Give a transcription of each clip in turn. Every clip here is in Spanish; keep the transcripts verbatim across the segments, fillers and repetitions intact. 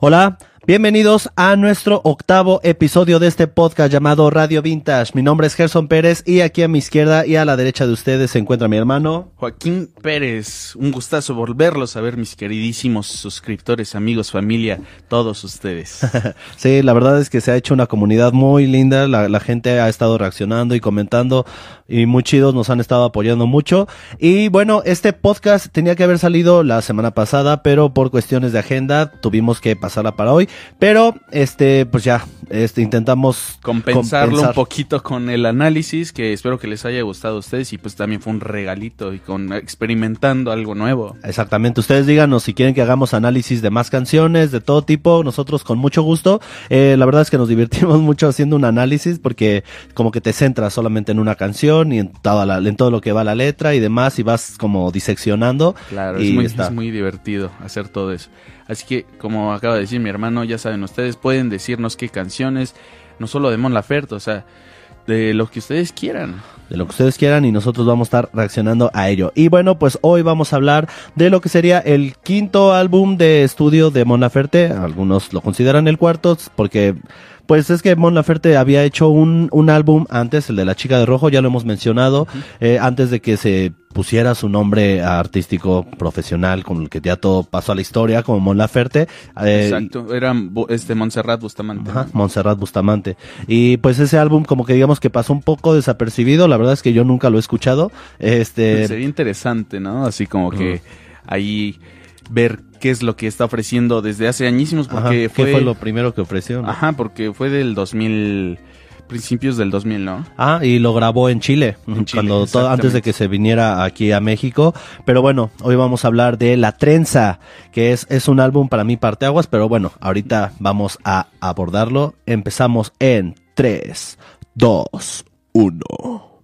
Hola, bienvenidos a nuestro octavo episodio de este podcast llamado Radio Vintage. Mi nombre es Gerson Pérez y aquí a mi izquierda y a la derecha de ustedes se encuentra mi hermano Joaquín Pérez. Un gustazo volverlos a ver, mis queridísimos suscriptores, amigos, familia, todos ustedes. Sí, la verdad es que se ha hecho una comunidad muy linda, la, la gente ha estado reaccionando y comentando y muy chidos, nos han estado apoyando mucho. Y bueno, este podcast tenía que haber salido la semana pasada, pero por cuestiones de agenda tuvimos que pasarla para hoy. Pero, este, pues ya, este, intentamos compensarlo compensar. un poquito con el análisis, que espero que les haya gustado a ustedes y pues también fue un regalito y con experimentando algo nuevo. Exactamente, ustedes díganos si quieren que hagamos análisis de más canciones, de todo tipo, nosotros con mucho gusto. Eh, la verdad es que nos divertimos mucho haciendo un análisis porque como que te centras solamente en una canción y en, toda la, en todo lo que va la letra y demás y vas como diseccionando. Claro, y es muy, está. es muy divertido hacer todo eso. Así que, como acaba de decir mi hermano, ya saben, ustedes pueden decirnos qué canciones, no solo de Mon Laferte, o sea, de lo que ustedes quieran. De lo que ustedes quieran y nosotros vamos a estar reaccionando a ello. Y bueno, pues hoy vamos a hablar de lo que sería el quinto álbum de estudio de Mon Laferte. Algunos lo consideran el cuarto porque... Pues es que Mon Laferte había hecho un, un álbum antes, el de La Chica de Rojo, ya lo hemos mencionado, uh-huh. eh, antes de que se pusiera su nombre artístico profesional, con el que ya todo pasó a la historia, como Mon Laferte. Eh, Exacto, era este Montserrat Bustamante. Ajá, ¿no? Montserrat Bustamante. Y pues ese álbum como que digamos que pasó un poco desapercibido, la verdad es que yo nunca lo he escuchado. Este pues sería interesante, ¿no? Así como que uh-huh. ahí ver qué es lo que está ofreciendo desde hace añísimos, porque Ajá, fue... ¿Qué fue lo primero que ofreció, ¿no? Ajá, porque fue del dos mil, principios del dos mil, ¿no? Ah, y lo grabó en Chile, en Chile cuando todo, antes de que se viniera aquí a México. Pero bueno, hoy vamos a hablar de La Trenza, que es, es un álbum para mí parteaguas, pero bueno, ahorita vamos a abordarlo. Empezamos en tres, dos, uno.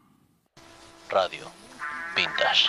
Radio Vintage.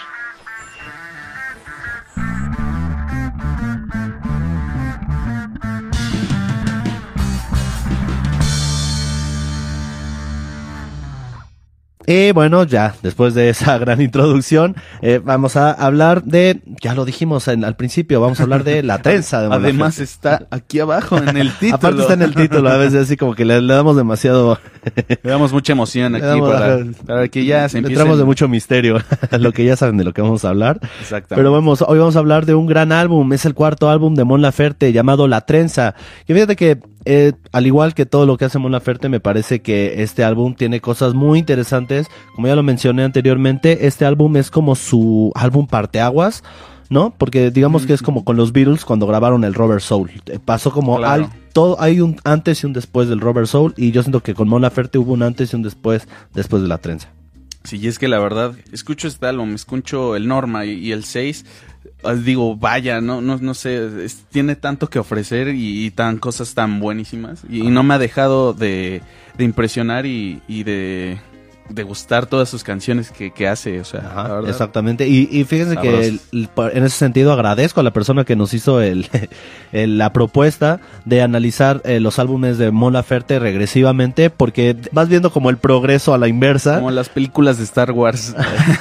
Y bueno, ya después de esa gran introducción, eh, vamos a hablar de, ya lo dijimos en, al principio, vamos a hablar de La Trenza de Mon Laferte. Además está aquí abajo en el título. Aparte está en el título, a veces así como que le, le damos demasiado... Le damos mucha emoción aquí damos, para, para que ya se empiece. Le entramos de mucho misterio, lo que ya saben de lo que vamos a hablar. Exactamente. Pero vamos, hoy vamos a hablar de un gran álbum, es el cuarto álbum de Mon Laferte llamado La Trenza. Y fíjate que Eh, al igual que todo lo que hace Mon Laferte, me parece que este álbum tiene cosas muy interesantes. Como ya lo mencioné anteriormente, este álbum es como su álbum parteaguas, ¿no? Porque digamos que es como con los Beatles cuando grabaron el Rubber Soul. Pasó como claro. al, todo, hay un antes y un después del Rubber Soul, y yo siento que con Mon Laferte hubo un antes y un después, después de La Trenza. Sí, y es que la verdad, escucho este álbum, escucho el Norma y, y el seis, digo, vaya, no no no sé, es, tiene tanto que ofrecer y, y tan cosas tan buenísimas, y, y no me ha dejado de, de impresionar y, y de, de gustar todas sus canciones que, que hace, o sea, Ajá, la verdad, exactamente, y, y fíjense sabroso. que el, el, en ese sentido agradezco a la persona que nos hizo el, el la propuesta de analizar eh, los álbumes de Mon Laferte regresivamente, porque vas viendo como el progreso a la inversa. Como las películas de Star Wars.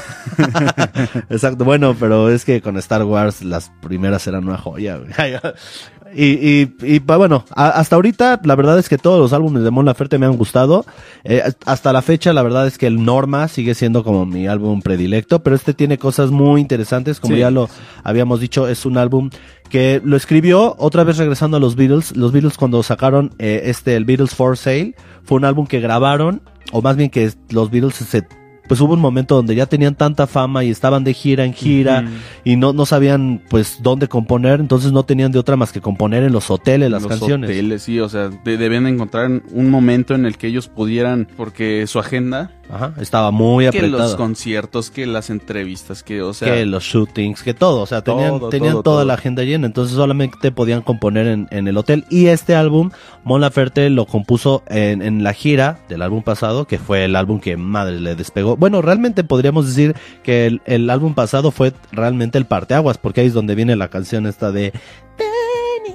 Exacto, bueno, pero es que con Star Wars las primeras eran una joya, güey. Y, y, y bueno, a, hasta ahorita la verdad es que todos los álbumes de Mon Laferte me han gustado. Eh, hasta la fecha la verdad es que el Norma sigue siendo como mi álbum predilecto, pero este tiene cosas muy interesantes, como sí. ya lo habíamos dicho, es un álbum que lo escribió, otra vez regresando a los Beatles. Los Beatles cuando sacaron eh, este, el Beatles for Sale, fue un álbum que grabaron, o más bien que los Beatles se... pues hubo un momento donde ya tenían tanta fama y estaban de gira en gira, uh-huh. y no, no sabían pues dónde componer, entonces no tenían de otra más que componer en los hoteles las los canciones. Los hoteles, sí, o sea, de, debían encontrar un momento en el que ellos pudieran, porque su agenda... Ajá, estaba muy apretada. Que los conciertos, que las entrevistas, que, o sea... Que los shootings, que todo, o sea, tenían, todo, tenían todo, toda todo. la agenda llena, entonces solamente podían componer en, en el hotel. Y este álbum, Mon Laferte lo compuso en, en la gira del álbum pasado, que fue el álbum que madre le despegó. Bueno, realmente podríamos decir que el, el álbum pasado fue realmente el parteaguas, porque ahí es donde viene la canción esta de... Ven y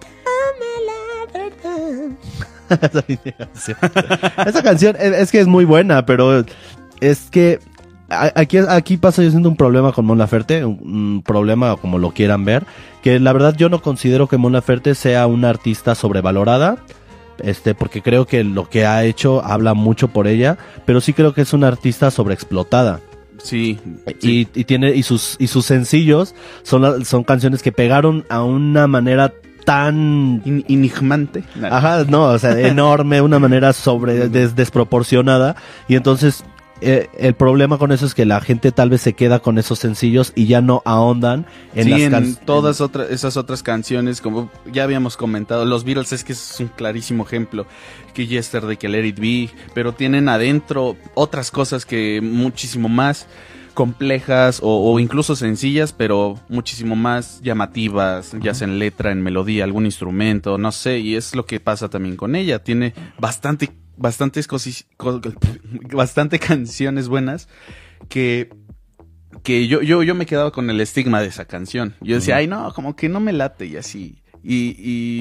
cuéntame la verdad. Esa canción es, es que es muy buena, pero es que a- aquí, aquí pasa yo siendo un problema con Mon Laferte, un, un problema como lo quieran ver, que la verdad yo no considero que Mon Laferte sea una artista sobrevalorada, este, porque creo que lo que ha hecho habla mucho por ella, pero sí creo que es una artista sobreexplotada. Sí, sí. Y, y tiene, y sus, y sus sencillos son, la- son canciones que pegaron a una manera tan In- enigmante. Ajá, no, o sea, enorme, una manera sobre des- desproporcionada, y entonces eh, el problema con eso es que la gente tal vez se queda con esos sencillos y ya no ahondan en sí, las en can- todas otras esas otras canciones, como ya habíamos comentado, los Beatles es que es un clarísimo ejemplo, que Yesterday, que Let It Be, pero tienen adentro otras cosas que muchísimo más complejas o, o incluso sencillas, pero muchísimo más llamativas, ya sea en letra, en melodía, algún instrumento, no sé, y es lo que pasa también con ella, tiene bastante, bastantes cosis, co- bastante canciones buenas que que yo, yo, yo me quedaba con el estigma de esa canción. Yo decía, Ujú. ay no, como que no me late y así. Y,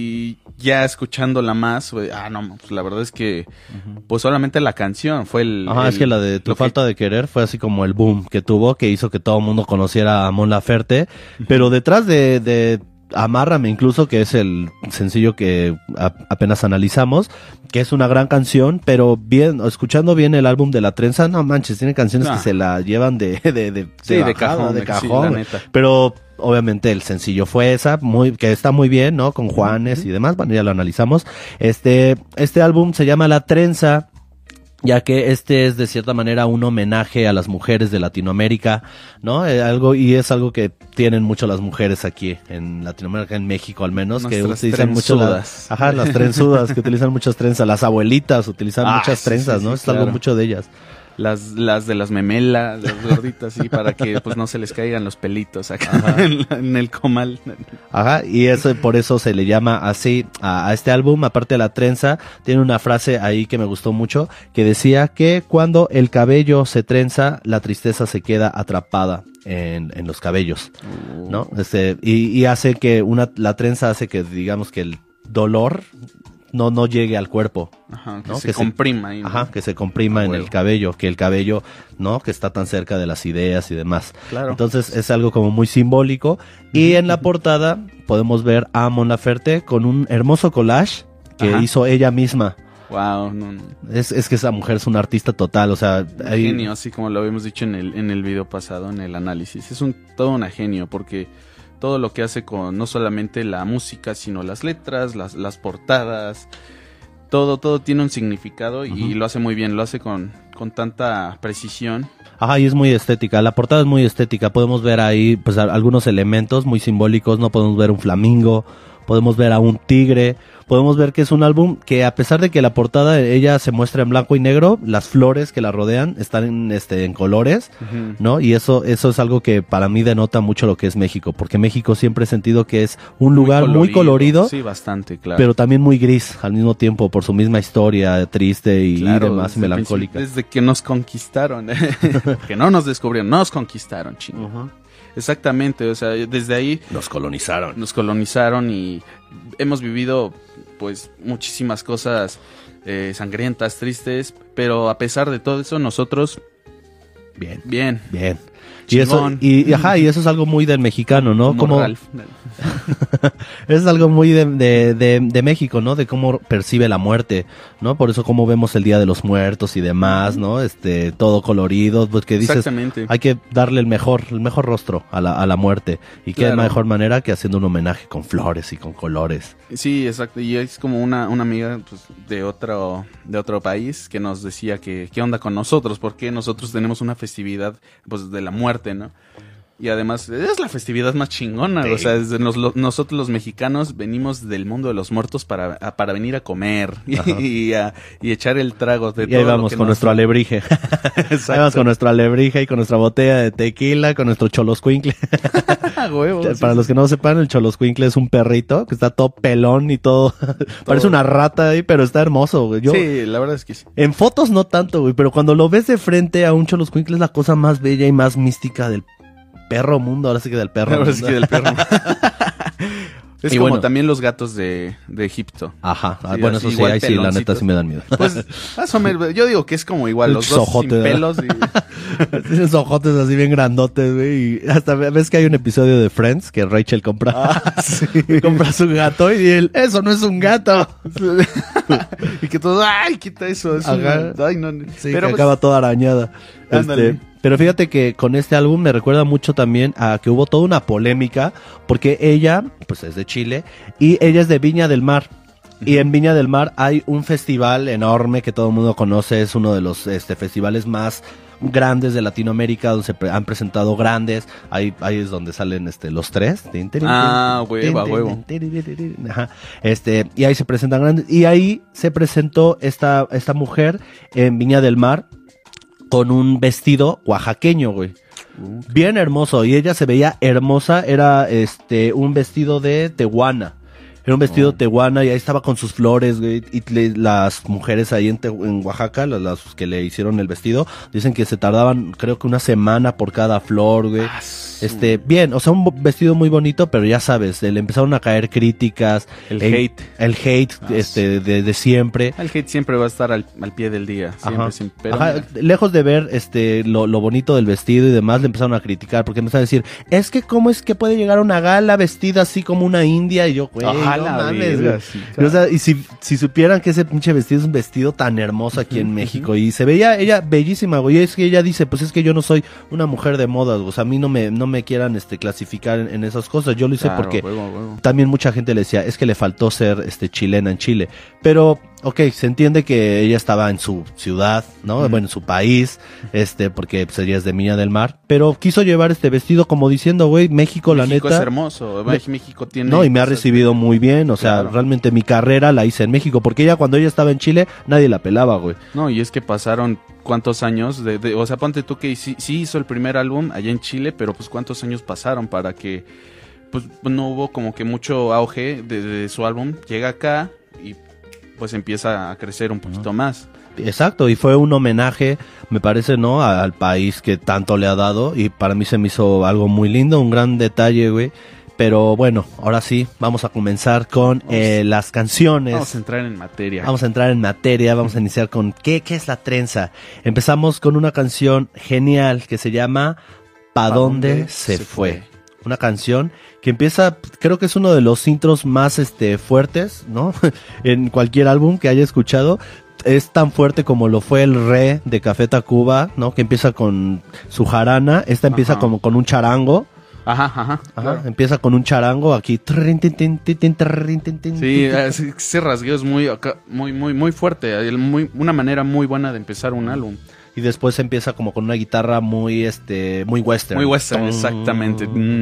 y ya escuchándola más, fue, ah no, pues la verdad es que pues solamente la canción fue el... Ajá, el- es que la de Tu lo que- falta de querer fue así como el boom que tuvo, que hizo que todo el mundo conociera a Mon Laferte, pero detrás de, de Amárrame incluso, que es el sencillo que a- apenas analizamos, que es una gran canción, pero bien, escuchando bien el álbum de La Trenza, no manches, tiene canciones Ah. que se la llevan de, de, de, Sí, de bajada, cajón, de sí, cajón, la güey. neta. Pero obviamente el sencillo fue esa, muy, que está muy bien, ¿no? Con Juanes y demás, bueno, ya lo analizamos. Este, este álbum se llama La Trenza, ya que este es de cierta manera un homenaje a las mujeres de Latinoamérica, ¿no? Eh, algo, y es algo que tienen mucho las mujeres aquí en Latinoamérica, en México al menos, que Nuestras utilizan mucho las, trenzudas. ajá, las trenzudas, que utilizan muchas trenzas, las abuelitas utilizan Ah, muchas sí, trenzas, sí, ¿no? sí, es claro. algo mucho de ellas. Las, las de las memelas, las gorditas, sí, para que pues no se les caigan los pelitos acá en, la- en el comal. Ajá, y eso, por eso se le llama así a, a este álbum. Aparte de La Trenza, tiene una frase ahí que me gustó mucho, que decía que cuando el cabello se trenza, la tristeza se queda atrapada en, en los cabellos, ¿no? Este, y, y hace que una, la trenza hace que, digamos, que el dolor no, no llegue al cuerpo. Ajá, que ¿no? se Que se- comprima ahí, ¿no? Ajá, que se comprima Ah, en huevo. el cabello, que el cabello, ¿no? Que está tan cerca de las ideas y demás. Claro. Entonces es algo como muy simbólico. Y en la portada podemos ver a Mon Laferte con un hermoso collage que Ajá. hizo ella misma. Wow, no, no. Es, es que esa mujer es una artista total, o sea, Un ahí- genio, así como lo habíamos dicho en el, en el video pasado, en el análisis. Es un todo un genio, porque todo lo que hace con no solamente la música, sino las letras, las, las portadas, todo, todo tiene un significado y Ujú. lo hace muy bien, lo hace con, con tanta precisión. Ajá, y es muy estética. La portada es muy estética. Podemos ver ahí, pues, a- algunos elementos muy simbólicos. No podemos ver un flamingo, podemos ver a un tigre. Podemos ver que es un álbum que, a pesar de que la portada ella se muestra en blanco y negro, las flores que la rodean están en, este, en colores, ¿no? Y eso, eso es algo que para mí denota mucho lo que es México, porque México siempre he sentido que es un lugar muy colorido, Sí, bastante, claro. pero también muy gris al mismo tiempo por su misma historia triste y, Claro, y demás desde el melancólica. principio, Desde que nos conquistaron, que no nos descubrieron, nos conquistaron, chingo. Ujú. Exactamente, o sea, desde ahí Nos colonizaron. nos colonizaron y hemos vivido pues muchísimas cosas eh, sangrientas, tristes, pero a pesar de todo eso nosotros Bien, bien. bien. Y eso, Chingón. y, y ajá, y eso es algo muy del mexicano, ¿no? Como Como, Ralph. es algo muy de, de, de, de México, ¿no? De cómo percibe la muerte, ¿no? Por eso cómo vemos el Día de los Muertos y demás, ¿no? Este, todo colorido, pues que dices, Exactamente. hay que darle el mejor, el mejor rostro a la, a la muerte. Y qué Claro. mejor manera que haciendo un homenaje con flores y con colores. Sí, exacto. Y es como una, una amiga pues, de otro de otro país que nos decía que qué onda con nosotros, porque nosotros tenemos una festividad pues de la muerte, ¿no? Y además es la festividad más chingona, Sí. o sea, desde nos- lo- nosotros los mexicanos venimos del mundo de los muertos para, a- para venir a comer y, y a- y echar el trago de Y todo ahí lo vamos que con nos- nuestro alebrije. Exacto. Ahí vamos con nuestro alebrije y con nuestra botella de tequila, con nuestro choloscuincle. Ah, huevo, sí, Para sí, los que no sepan, el choloscuincle es un perrito que está todo pelón y todo. Parece una rata ahí, pero está hermoso, güey. Yo, sí, la verdad es que sí. en fotos no tanto, güey, pero cuando lo ves de frente a un choloscuincle es la cosa más bella y más mística del perro mundo. Ahora sí que del perro La verdad es mundo. que del perro. Es Y como bueno. también los gatos de, de Egipto. Ajá, ah, Sí, bueno, así eso sí, igual ahí sí, la neta peloncitos. sí me dan miedo. Pues, más o menos, yo digo que es como igual, los Pinches dos ojotes, sin ¿verdad? pelos y... Tienes ojotes así bien grandotes, güey. Y hasta ves que hay un episodio de Friends que Rachel compra, Ah, sí. compra su gato y él, eso no es un gato. Y que todos, ay, quita eso. Es Ajá. un- ay, no, no. Sí, Pero que pues, acaba toda arañada. Ándale. Este, pero fíjate que con este álbum me recuerda mucho también a que hubo toda una polémica porque ella, pues es de Chile y ella es de Viña del Mar. Y en Viña del Mar hay un festival enorme que todo el mundo conoce, es uno de los este, festivales más grandes de Latinoamérica, donde se pre- han presentado grandes, ahí, ahí es donde salen este los tres. Tin, tin, Ah, tin, huevo, a tin, huevo. tin, tin, tin, tin, ajá. Este, y ahí se presentan grandes, y ahí se presentó esta, esta mujer en Viña del Mar con un vestido oaxaqueño, güey. Bien hermoso, y ella se veía hermosa, era este un vestido de tehuana. Era un vestido Oh. tehuana y ahí estaba con sus flores, güey. Y le- las mujeres ahí en, Te- en Oaxaca, las, las que le hicieron el vestido, dicen que se tardaban, creo que una semana por cada flor, güey. Ah, su- Este, bien, o sea, un bo- vestido muy bonito, pero ya sabes, le empezaron a caer críticas. El en- hate. El hate, Ah, este, de, de siempre. El hate siempre va a estar al, al pie del día. Siempre, Ajá. siempre. Pero Ajá, mira, lejos de ver este lo, lo bonito del vestido y demás, le empezaron a criticar porque empezaron a decir, es que cómo es que puede llegar a una gala vestida así como una india, y yo, güey, Ajá, no la mames, verga, güey. sí, Y, o sea, y si, si supieran que ese pinche vestido es un vestido tan hermoso aquí en México y se veía ella bellísima, güey, es que ella dice, pues es que yo no soy una mujer de modas, o sea, a mí no me, no me quieran este clasificar en, en esas cosas, yo lo hice claro, porque huevo, huevo. también mucha gente le decía, es que le faltó ser este chilena en Chile. Pero, ok, se entiende que ella estaba en su ciudad, ¿no? Ujú. Bueno, en su país, este, porque pues, ella es de Viña del Mar. Pero quiso llevar este vestido como diciendo, güey, México, la México neta. es hermoso. Me- México tiene. No, y me ha cosas recibido de- muy bien, o sea, Claro. realmente mi carrera la hice en México, porque ella cuando ella estaba en Chile, nadie la pelaba, güey. No, y es que pasaron cuántos años. De, de- o sea, ponte tú que sí, sí hizo el primer álbum allá en Chile, pero pues cuántos años pasaron para que. Pues no hubo como que mucho auge de, de su álbum. Llega acá y pues empieza a crecer un poquito más. Exacto, y fue un homenaje, me parece, ¿no? A- al país que tanto le ha dado, y para mí se me hizo algo muy lindo, un gran detalle, güey. Pero bueno, ahora sí, vamos a comenzar con eh, las canciones. Vamos a entrar en materia. Vamos a entrar en materia, vamos a iniciar con ¿qué, qué es la trenza? Empezamos con una canción genial que se llama ¿Pa' dónde se fue? Una canción que empieza, creo que es uno de los intros más este fuertes, ¿no? En cualquier álbum que haya escuchado. Es tan fuerte como lo fue el Re de Café Tacuba, ¿no? Que empieza con su jarana, esta empieza Ajá. como con un charango. Ajá, ajá. Ajá, claro. empieza con un charango aquí. Trin, tin, tin, tin, tin, trin, tin, tin, Sí, tin, tin. ese ese rasgueo es muy, acá- muy, muy, muy fuerte. el muy, una manera muy buena de empezar un álbum. Y después empieza como con una guitarra muy, este, muy western. Muy western, Tan, exactamente.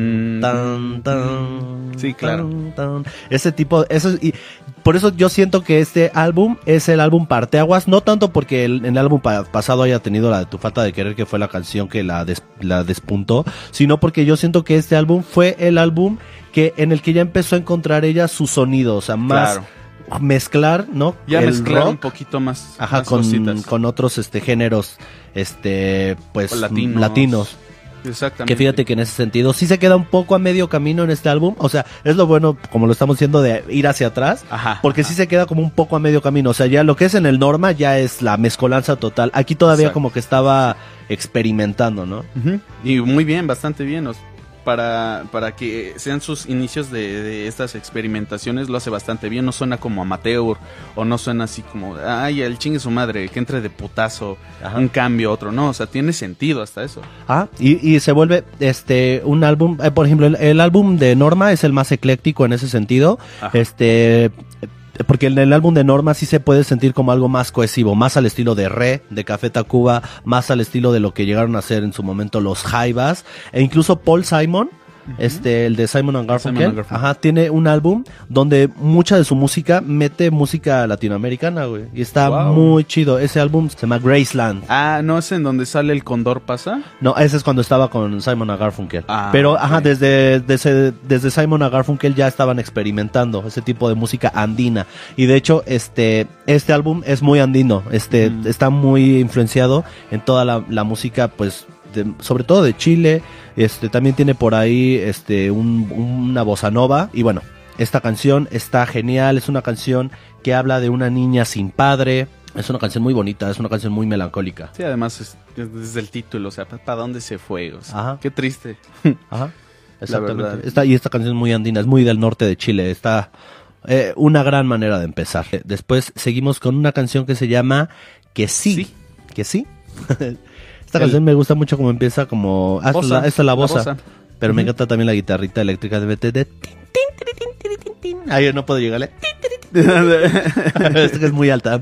Tan, tan, Sí, claro. tan, tan. Ese tipo, eso es- y por eso yo siento que este álbum es el álbum parteaguas, no tanto porque el, en el álbum pa- pasado haya tenido la de Tu falta de querer, que fue la canción que la, des- la despuntó, sino porque yo siento que este álbum fue el álbum que en el que ya empezó a encontrar ella su sonido, o sea, más Claro. mezclar, ¿no? Ya El mezclar un rock, poquito más. ajá, más con, cositas. con otros este géneros, este, pues O latinos. latinos. Exactamente. Que fíjate que en ese sentido sí se queda un poco a medio camino en este álbum. O sea, es lo bueno, como lo estamos diciendo, de ir hacia atrás. Ajá. Porque ajá. sí se queda como un poco a medio camino. O sea, ya lo que es en el Norma ya es la mezcolanza total. Aquí todavía Exacto. como que estaba experimentando, ¿no? Ujú. Y muy bien, bastante bien. o s- Para, para que sean sus inicios de, de estas experimentaciones, lo hace bastante bien. No suena como amateur, o no suena así como, ay, el chingue su madre, que entre de putazo, Ajá. un cambio, otro. No, o sea, tiene sentido hasta eso. Ah, y, y se vuelve este un álbum, eh, por ejemplo, el, el álbum de Norma es el más ecléctico en ese sentido. Ajá. Este, porque en el álbum de Norma sí se puede sentir como algo más cohesivo, más al estilo de Re, de Café Tacuba, más al estilo de lo que llegaron a hacer en su momento los Jaivas, e incluso Paul Simon. Este, el de Simon and Garfunkel, Simon and Garfunkel. ajá, tiene un álbum donde mucha de su música mete música latinoamericana, güey, y está Wow. muy chido. Ese álbum se llama Graceland. Ah, ¿no es en donde sale el Condor pasa? No, ese es cuando estaba con Simon and Garfunkel. Ah, Pero, ajá, ok. desde, desde, desde Simon and Garfunkel ya estaban experimentando ese tipo de música andina. Y de hecho, este, este álbum es muy andino. Este, Mm. está muy influenciado en toda la, la música, pues, de- sobre todo de Chile. Este, también tiene por ahí, este, un, una bossa nova. Y bueno, esta canción está genial, es una canción que habla de una niña sin padre, es una canción muy bonita, es una canción muy melancólica. Sí, además es, desde el título, o sea, ¿para dónde se fue? O sea, Ajá. Qué triste. Ajá, La exactamente. verdad. Esta, y esta canción es muy andina, es muy del norte de Chile, está eh, una gran manera de empezar. Después seguimos con una canción que se llama Que sí, Sí. que sí. Esta El- canción me gusta mucho como empieza, como... Ah, esta es Bossa, la, esta es la la bossa. bossa. Pero me Ujú. encanta también la guitarrita eléctrica de B T D. Ay, no puedo llegarle. Esta que es muy alta.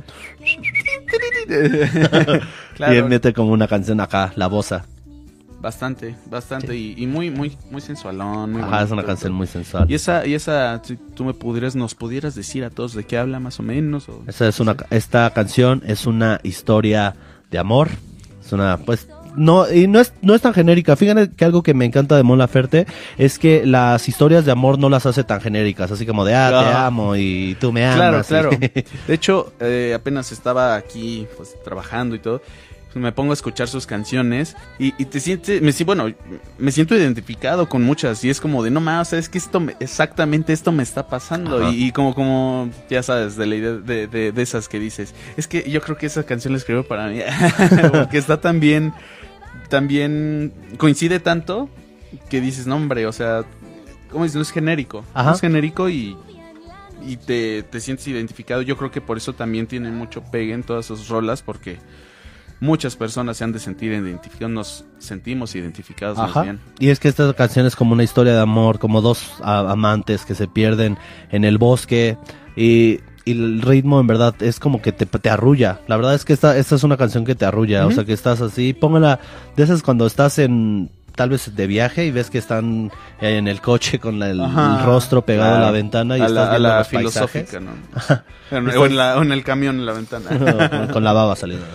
Claro. Y él mete como una canción acá, la bossa. Bastante, bastante. Y, y muy, muy, muy sensualón. Muy Ajá, es bonito, una canción todo. muy sensual. Y esa, y esa, si tú me pudieras, nos pudieras decir a todos de qué habla más o menos. O... Esta es una, esta canción es una historia de amor. Es una, pues, no, y no es, no es tan genérica. Fíjate que algo que me encanta de Mon Laferte es que las historias de amor no las hace tan genéricas, así como de, ah, te Ah. amo y tú me Claro, amas. claro. y- De hecho, eh, apenas estaba aquí, pues, trabajando y todo. Pues, me pongo a escuchar sus canciones y, y te sientes, me si- bueno, me siento identificado con muchas y es como de no más, o sea, es que esto, me- exactamente esto me está pasando Ajá. y, y como, como, ya sabes, de la idea de, de, de esas que dices, es que yo creo que esa canción la escribo para mí, porque está tan bien, tan bien, coincide tanto que dices, no hombre, o sea, ¿cómo dices? No es genérico, Ajá. no es genérico y... Y te, te sientes identificado. Yo creo que por eso también tiene mucho pegue en todas sus rolas, porque muchas personas se han de sentir identificados, nos sentimos identificados más Ajá. bien. Y es que esta canción es como una historia de amor, como dos a- amantes que se pierden en el bosque y, y el ritmo en verdad es como que te, te arrulla. La verdad es que esta, esta es una canción que te arrulla, Ujú. o sea que estás así, póngala de esas cuando estás en tal vez de viaje y ves que están en el coche con la- el, Ajá, el rostro pegado claro. a la ventana y a estás la, a viendo la los paisajes. filosófica, ¿no? En- o, en la- o en el camión en la ventana. con, con la baba saliendo.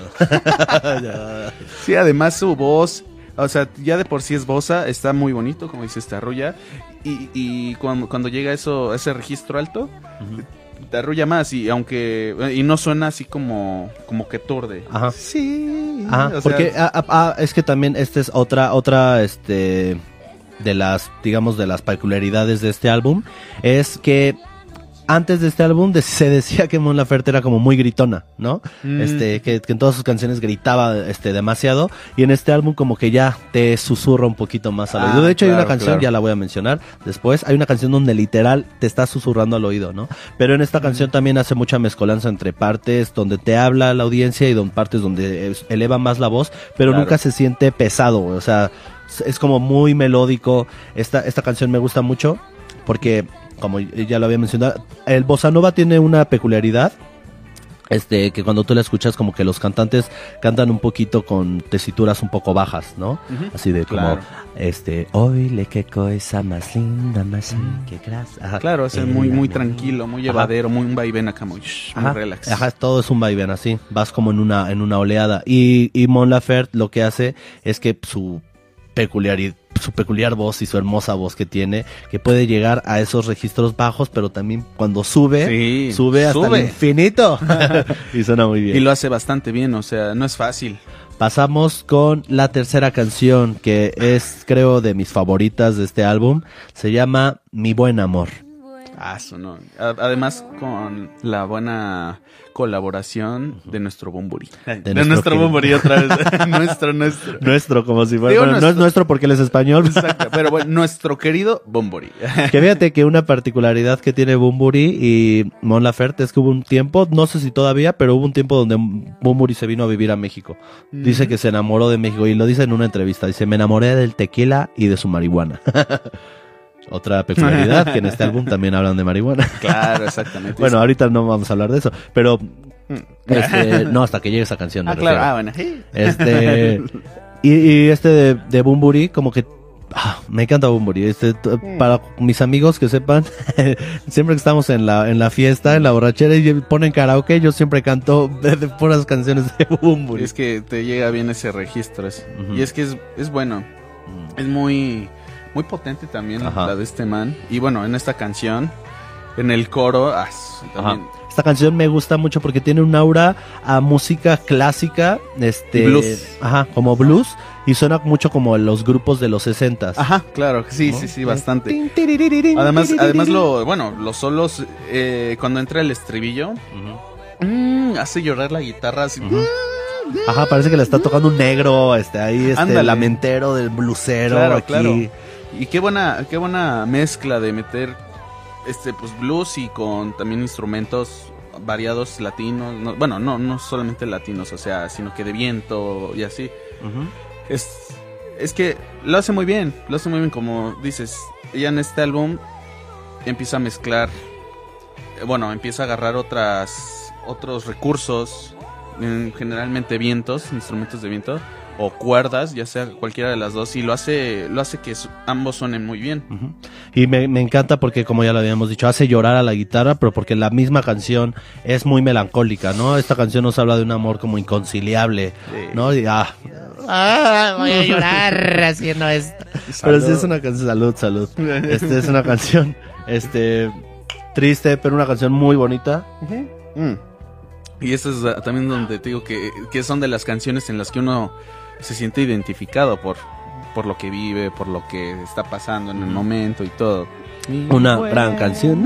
Sí, además su voz, o sea, ya de por sí es bossa, está muy bonito, como dices, te arrulla. Y, y cuando, cuando llega eso, ese registro alto, te arrulla más. Y aunque, y no suena así como, como que turde. Ajá. Sí. Ajá, o sea, porque ah, ah, ah, es que también esta es otra, otra, este, de las, digamos, de las peculiaridades de este álbum, es que antes de este álbum de- se decía que Mon Laferte era como muy gritona, ¿no? Mm. Este, que, que en todas sus canciones gritaba, este, demasiado, y en este álbum como que ya te susurra un poquito más al Ah, oído. De hecho hay una claro, canción, claro. ya la voy a mencionar después, hay una canción donde literal te está susurrando al oído, ¿no? Pero en esta canción también hace mucha mezcolanza entre partes donde te habla la audiencia y don, partes donde es- eleva más la voz, pero Claro. nunca se siente pesado, güey. O sea, es- es como muy melódico. Esta, esta canción me gusta mucho porque, como ya lo había mencionado, el bossa nova tiene una peculiaridad. Este, que cuando tú la escuchas como que los cantantes cantan un poquito con tesituras un poco bajas, ¿no? Ujú. Así de como, Claro. este, oile qué cosa más linda, más que grasa. Ajá. Claro, es Eh, muy, muy la- tranquilo, muy Ajá. llevadero, muy un vaivén acá, muy, shh, muy Ajá, relax. ajá, todo es un vaivén así, vas como en una, en una oleada. Y, y Mon Laferte lo que hace es que su peculiaridad, su peculiar voz y su hermosa voz que tiene, que puede llegar a esos registros bajos, pero también cuando sube, Sí, sube hasta sube. el infinito. Y suena muy bien. Y lo hace bastante bien, o sea, no es fácil. Pasamos con la tercera canción, que es, creo, de mis favoritas de este álbum. Se llama Mi Buen Amor. Ah, eso no. A- Además, con la buena colaboración de nuestro Bumburi. De, nuestro nuestro querido. Bumburi otra vez. nuestro, nuestro. Nuestro, como si fuera. Digo Bueno, no es nuestro. nuestro porque él es español. Exacto, pero bueno, nuestro querido Bumburi. Que fíjate que una particularidad que tiene Bunbury y Mon Laferte es que hubo un tiempo, no sé si todavía, pero hubo un tiempo donde Bunbury se vino a vivir a México. Dice que se enamoró de México y lo dice en una entrevista. Dice, me enamoré del tequila y de su marihuana. Otra peculiaridad, que en este álbum también hablan de marihuana. Claro, exactamente. Bueno, ahorita no vamos a hablar de eso, pero este, no, hasta que llegue esa canción. me ah, claro. refiero. Ah, bueno. Sí. Este y, y este de, de Bunbury, como que ah, me encanta Bunbury. Este, t- para mis amigos que sepan, siempre que estamos en la en la fiesta, en la borrachera y ponen karaoke, yo siempre canto de, de puras canciones de Bunbury. Es que te llega bien ese registro. es- Ujú. Y es que es, es bueno. Es muy, muy potente también Ajá. la de este man. Y bueno, en esta canción, en el coro, ah, también. Ajá. esta canción me gusta mucho porque tiene un aura a música clásica, este, blues. Ajá, como blues, y suena mucho como los grupos de los sesentas. Ajá, claro, sí, ¿no? sí, sí, bastante. Además, además lo, bueno, los solos, eh, cuando entra el estribillo, uh-huh. mmm, hace llorar la guitarra así. Uh-huh. Ajá, parece que le está tocando un negro, este, ahí, este, Ándale. lamentero del blusero, claro, aquí. Claro. Y qué buena, qué buena mezcla de meter, este, pues blues y con también instrumentos variados latinos, no, bueno, no, no solamente latinos, o sea, sino que de viento y así. Uh-huh. Es, es que lo hace muy bien, lo hace muy bien, como dices, ella en este álbum empieza a mezclar, bueno, empieza a agarrar otras, otros recursos, generalmente vientos, instrumentos de viento, o cuerdas, ya sea cualquiera de las dos, y lo hace lo hace que su, ambos suenen muy bien. Uh-huh. Y me, me encanta porque, como ya lo habíamos dicho, hace llorar a la guitarra, pero porque la misma canción es muy melancólica, ¿no? Esta canción nos habla de un amor como inconciliable, sí. ¿no? Y, ah, ah, voy a llorar haciendo esto. Pero sí es una canción, salud, salud. Este es una canción, este, triste, pero una canción muy bonita. Uh-huh. Mm. Y eso es también donde te digo que, que son de las canciones en las que uno se siente identificado por, por lo que vive, por lo que está pasando en el momento y todo. Una bueno, gran canción.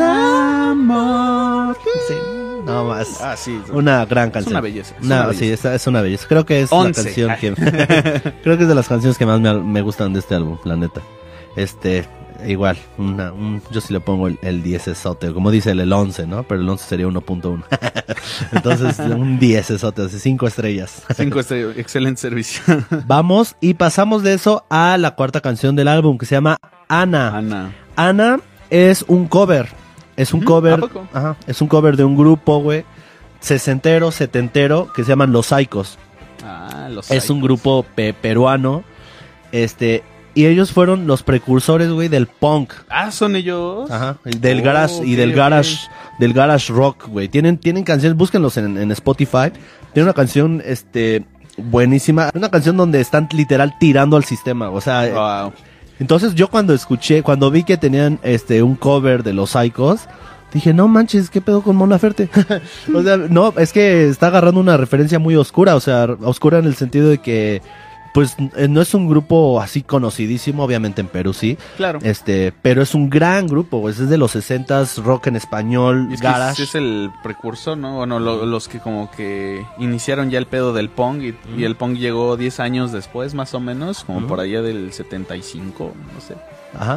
Amor. Sí, no más. Ah, sí. Una gran canción. Es una belleza. Es no, una belleza. Sí, es, es una belleza. Creo que es Once. la canción que... creo que es de las canciones que más me, me gustan de este álbum, la neta. Este... Igual, una, un, yo sí le pongo el, el diez esote, como dice el, el once, ¿no? Pero el once sería uno punto uno. Entonces, un diez esote, así cinco estrellas. cinco estrellas, excelente servicio. Vamos y pasamos de eso a la cuarta canción del álbum, que se llama Ana. Ana. Ana es un cover, es un ¿Mm? cover, ¿A poco? Ajá, es un cover de un grupo, güey, sesentero, setentero, que se llaman Los Saicos. Ah, Los Es Saicos. un grupo pe- peruano, este... Y ellos fueron los precursores, güey, del punk. Ah, son ellos. Ajá. Del oh, garage okay, y del okay. garage, del garage rock, güey. Tienen, tienen canciones, búsquenlos en, en Spotify. Tienen una canción, este, buenísima. Una canción donde están literal tirando al sistema. O sea, wow. Entonces yo cuando escuché, cuando vi que tenían, este, un cover de Los Saicos, dije, no manches, ¿qué pedo con Mon Laferte? O sea, no, es que está agarrando una referencia muy oscura. O sea, oscura en el sentido de que pues no es un grupo así conocidísimo, obviamente en Perú sí. Claro. Este, pero es un gran grupo, pues es de los sesentas, rock en español, y es garage. Que es el precursor, ¿no? Bueno, lo, los que como que iniciaron ya el pedo del punk y, mm. y el punk llegó diez años después, más o menos, como mm. por allá del setenta y cinco, no sé. Ajá.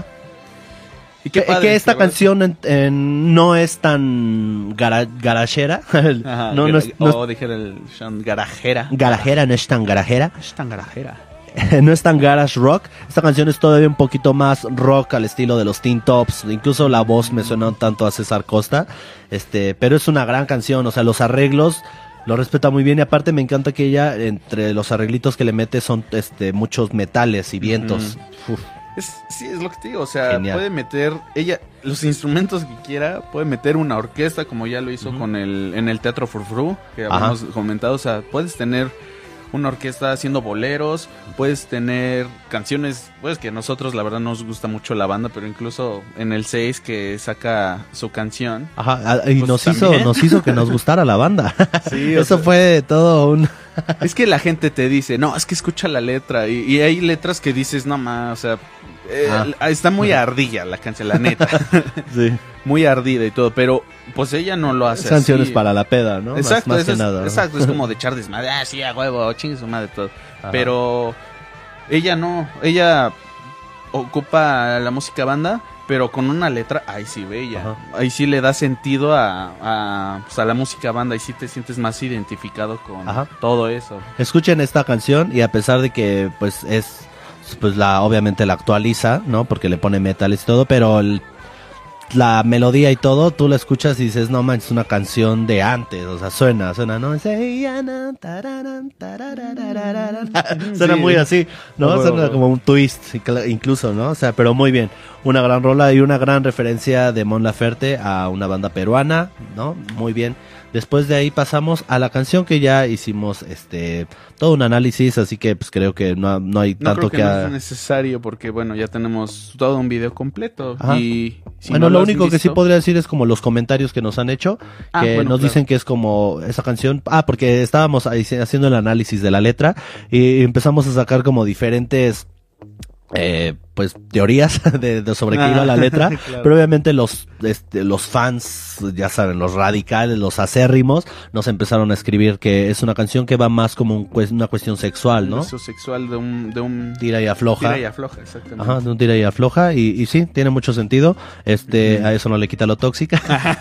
Y qué que, padre, que esta qué canción en, en, no es tan gara, garachera. Ajá, no, no es, o no es, dijera el Sean, garajera. Garajera, no es tan garajera. Es tan garajera. No es tan garage rock. Esta canción es todavía un poquito más rock al estilo de los Teen Tops. Incluso la voz me suena un tanto a César Costa. Este, pero es una gran canción. O sea, los arreglos lo respeta muy bien. Y aparte me encanta que ella, entre los arreglitos que le mete, son este muchos metales y vientos. Mm. Uf. Es, sí, es lo que te digo, o sea, Genial. Puede meter ella los instrumentos que quiera, puede meter una orquesta como ya lo hizo uh-huh. con el en el Teatro Frufru, que habíamos Ajá. comentado, o sea, puedes tener una orquesta haciendo boleros, puedes tener canciones, pues que a nosotros la verdad nos gusta mucho la banda, pero incluso en el seis que saca su canción. Ajá, y pues nos también. hizo nos hizo que nos gustara la banda. Sí, eso sea, fue todo un es que la gente te dice, no, es que escucha la letra. Y, y hay letras que dices, no más, o sea, eh, ah. está muy ardilla la canción, la neta. Sí. Muy ardida y todo, pero pues ella no lo hace canciones así. Para la peda, ¿no? Exacto, más, más es, que nada, ¿no? Exacto, es como de echar desmadre, ah, sí, a huevo, chingue su madre, todo. Ajá. Pero ella no, ella ocupa la música banda, pero con una letra, ahí sí bella, Ajá. ahí sí le da sentido a, a, pues, a la música banda, ahí sí te sientes más identificado con Ajá. todo eso. Escuchen esta canción y a pesar de que pues es, pues la obviamente la actualiza, ¿no? Porque le pone metales y todo, pero el, la melodía y todo, tú la escuchas y dices, no manches, es una canción de antes, o sea, suena, suena, ¿no? Suena sí, muy así, ¿no? no Suena bueno. como un twist, incluso, ¿no? O sea, pero muy bien. Una gran rola y una gran referencia de Mon Laferte a una banda peruana, ¿no? Muy bien. Después de ahí pasamos a la canción que ya hicimos este todo un análisis, así que pues creo que no, no hay No tanto creo que, que... no a- es necesario porque, bueno, ya tenemos todo un video completo. Ajá. Y si bueno, no lo has único que sí visto- podría decir es como los comentarios que nos han hecho, Ah, que bueno, nos claro. dicen que es como esa canción, ah, porque estábamos ahí haciendo el análisis de la letra y empezamos a sacar como diferentes eh, pues teorías de, de sobre qué iba la letra, Claro. pero obviamente los este, los fans, ya saben, los radicales, los acérrimos, nos empezaron a escribir que es una canción que va más como un cues- una cuestión sexual, ¿no? Uso sexual de un, de un Tira y afloja. tira y afloja, exactamente. Ajá, de un tira y afloja, y, y sí, tiene mucho sentido. Este, a eso no le quita lo tóxica.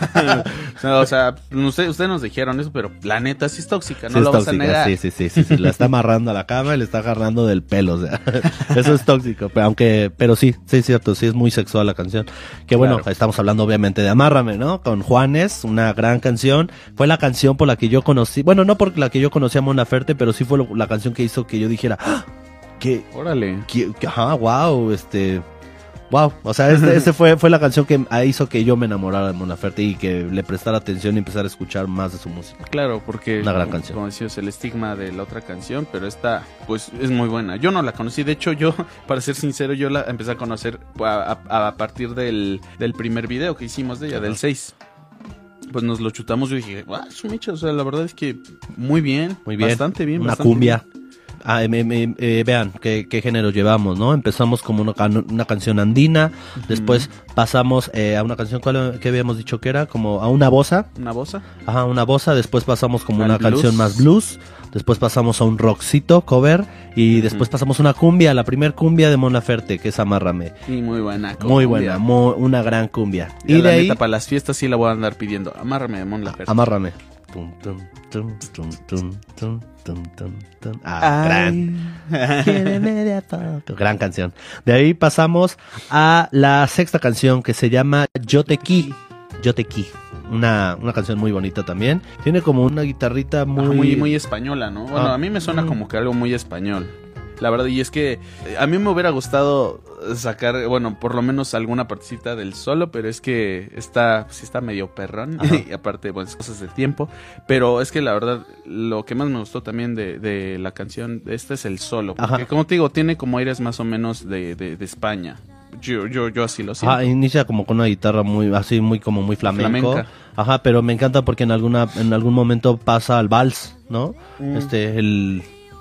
No, o sea, usted- ustedes nos dijeron eso, pero la neta sí es tóxica, no Sí, lo es vas a tóxica, negar. sí, sí, sí, sí, sí, la está amarrando a la cama y le está agarrando del pelo, o sea, eso es tóxico, pero aunque, pero sí, sí es cierto, sí es muy sexual la canción, que bueno, Claro. estamos hablando obviamente de Amárrame, ¿no? Con Juanes, una gran canción, fue la canción por la que yo conocí, bueno, no por la que yo conocí a Mon Laferte, pero sí fue lo- la canción que hizo que yo dijera, ¡ah! que, Órale. que, que- ajá, wow, este... Wow, o sea, este, este fue, fue la canción que hizo que yo me enamorara de Mon Laferte y que le prestara atención y empezara a escuchar más de su música. Claro, porque Una gran como- canción. como decías, el estigma de la otra canción, pero esta pues es muy buena. Yo no la conocí, de hecho yo, para ser sincero, yo la empecé a conocer a, a- a partir del, del primer video que hicimos de ella, del seis. Pues nos lo chutamos y dije, ¡guau! Su mecha! O sea, la verdad es que muy bien, Muy bien. bastante bien. Una bastante cumbia. bien. Ah, em, em, em, eh, vean qué, qué género llevamos, ¿no? Empezamos como una, can- una canción andina, después pasamos eh, a una canción, ¿cuál que habíamos dicho que era? Como a una bossa, Una bosa. ajá, una bossa, después pasamos como Al una blues. canción más blues, después pasamos a un rockcito, cover, y después pasamos a una cumbia, la primer cumbia de Mon Laferte, que es Amárrame. Y muy buena. Muy cumbia. buena, mu- una gran cumbia. Y Y de la ahí, neta, para las fiestas sí la voy a andar pidiendo. Amárrame de Mon Laferte. Amárrame. Tum, tum, tum, tum, tum, tum, tum, tum, tum. Ah, gran. Quiéreme de a poco. Gran canción. De ahí pasamos a la sexta canción que se llama Yo te qui. Yo te qui. Una, una canción muy bonita también. Tiene como una guitarrita muy... Muy, muy, muy española, ¿no? Bueno, Ah. a mí me suena Mm. como que algo muy español. La verdad, y es que eh, a mí me hubiera gustado sacar, bueno, por lo menos alguna partecita del solo, pero es que está, sí está medio perrón, Ajá. y aparte, pues, cosas de tiempo, pero es que la verdad, lo que más me gustó también de, de la canción, este es el solo, porque Ajá. como te digo, tiene como aires más o menos de, de, de España, yo, yo, yo así lo siento. Ah, inicia como con una guitarra muy así muy como muy flamenco. Flamenca. Ajá, pero me encanta porque en alguna en algún momento pasa al vals, ¿no? Mm. Este el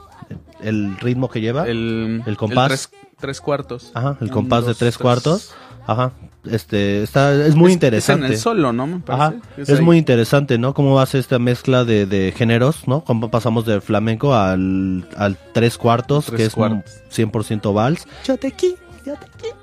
el ritmo que lleva. el, el compás. tres, tres cuartos. Ajá, el Un, compás de dos, tres cuartos. Ajá. Este está es muy Es- interesante. Es en el solo, ¿no? Me Ajá, parece. es ahí. muy interesante, ¿no? Cómo hace esta mezcla de, de géneros, ¿no? Cómo pasamos del flamenco al, al tres cuartos, Tres que es cuartos. cien por ciento vals. Yo te quiero, yo te quiero.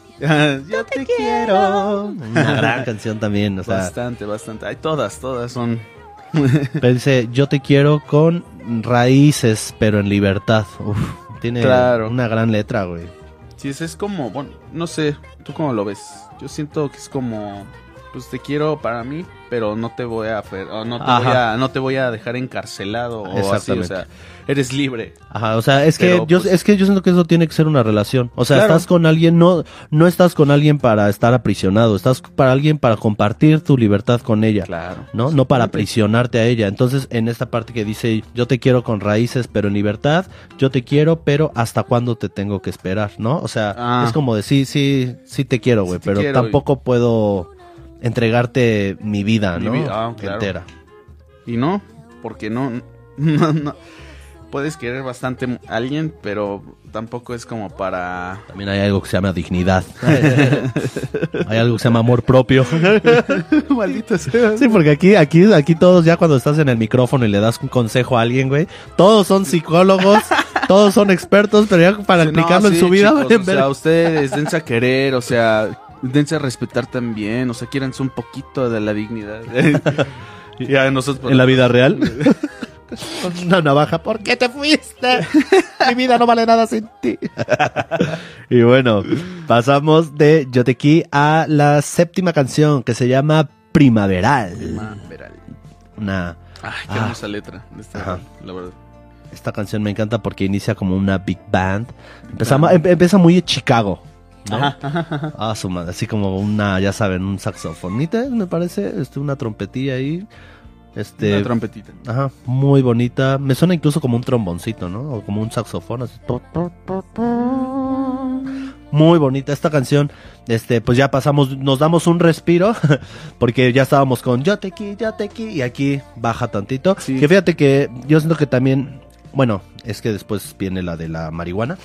Yo te quiero. Una gran canción también, o sea, Bastante, bastante. Hay todas, todas son. pero dice, yo te quiero con raíces, pero en libertad. Uf, tiene Claro. una gran letra, güey. Sí, ese es como, bueno, no sé, ¿tú cómo lo ves? Yo siento que es como, pues te quiero para mí, pero no te voy a, fer- o no te Ajá. voy a, no te voy a dejar encarcelado o así, o Exactamente. sea, eres libre. Ajá, o sea, es que Pero, yo pues- es que yo siento que eso tiene que ser una relación. O sea, Claro. estás con alguien, no no estás con alguien para estar aprisionado, estás para alguien para compartir tu libertad con ella. Claro. ¿No? No para Exactamente. aprisionarte a ella. Entonces, en esta parte que dice, yo te quiero con raíces, pero en libertad, yo te quiero, pero ¿hasta cuándo te tengo que esperar? ¿No? O sea, Ah. es como de, sí, sí, sí te quiero, güey, Sí te pero quiero, tampoco puedo entregarte mi vida, Mi ¿no? vida, ah, claro. Entera. Y no, porque no, no, no. Puedes querer bastante a alguien, pero tampoco es como para... También hay algo que se llama dignidad. Hay algo que se llama amor propio. Maldito sea. Sí, porque aquí, aquí, aquí todos ya cuando estás en el micrófono y le das un consejo a alguien, güey, todos son psicólogos, todos son expertos, pero ya para Sí, no, aplicarlo en sí, su vida, chicos, valen o sea, verga. ustedes dense a querer, o sea, dense a respetar también, o sea, quieranse un poquito de la dignidad. Y a nosotros En la vida real. Con una navaja, ¿por qué te fuiste? Mi vida no vale nada sin ti. Y bueno, pasamos de Yo te qui a la séptima canción que se llama Primaveral. Primaveral. Una, Ay, qué Ah. hermosa letra de esta, Ajá. la verdad. esta canción me encanta porque inicia como una big band. Empezamos, em- empieza muy de Chicago. ¿no? Ajá, ajá, ajá. Ah, su madre, así como una, ya saben, un saxofonita, me parece, este, una trompetilla ahí. Este, Una trompetita. Ajá, muy bonita. Me suena incluso como un tromboncito, ¿no? O como un saxofón, así. Muy bonita esta canción. Este, pues ya pasamos, nos damos un respiro, porque ya estábamos con yo te qui, yo te qui, y aquí baja tantito. Sí. Que fíjate que yo siento que también, bueno, es que después viene la de la marihuana.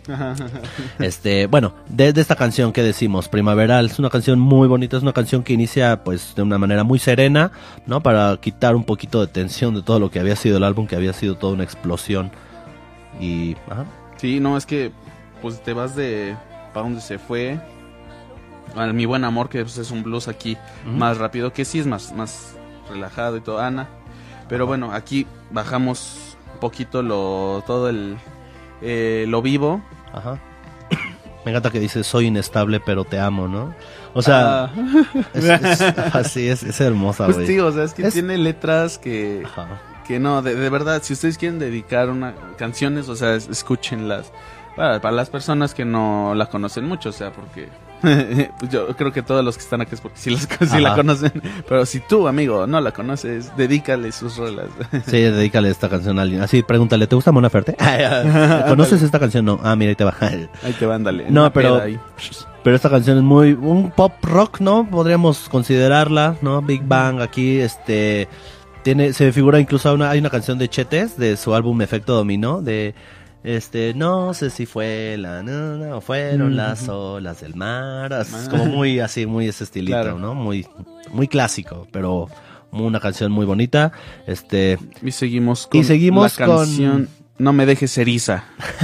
Este, bueno, de, de esta canción que decimos, Primaveral, es una canción muy bonita, es una canción que inicia pues de una manera muy serena, ¿no? Para quitar un poquito de tensión de todo lo que había sido el álbum, que había sido toda una explosión. Y, ajá. Sí, no, es que pues te vas de para donde se fue. A Mi Buen Amor, que pues, es un blues aquí Uh-huh. más rápido, que sí es más, más relajado y todo, Ana. Pero bueno, aquí bajamos un poquito lo todo el eh, lo vivo. Ajá. Me encanta que dice soy inestable pero te amo, ¿no? O sea, Ah. es, es, así es, es hermosa, güey. Pues tío, o sea, es que Es- tiene letras que, Ajá. que no, de, de verdad, si ustedes quieren dedicar una canciones, o sea, es- escúchenlas. Para, para las personas que no la conocen mucho, o sea, porque pues yo creo que todos los que están aquí es porque sí, las, sí la Ajá. conocen. Pero si tú, amigo, no la conoces, dedícale sus rolas. Sí, dedícale esta canción a alguien. Así, pregúntale, ¿te gusta Mon Laferte? ¿Conoces esta canción? No. Ah, mira, ahí te va. Ahí te van, dale. No, una pero- peda ahí. Pero esta canción es muy un pop rock, ¿no? Podríamos considerarla, ¿no? Big Bang aquí, este tiene se figura incluso una hay una canción de Chetes de su álbum Efecto Dominó de este no sé si fue la no, no fueron Ujú. las olas del mar, es Ah. como muy así, muy ese estilito, Claro. ¿no? Muy muy clásico, pero una canción muy bonita. Este Y seguimos con Y seguimos la canción No me dejes eriza.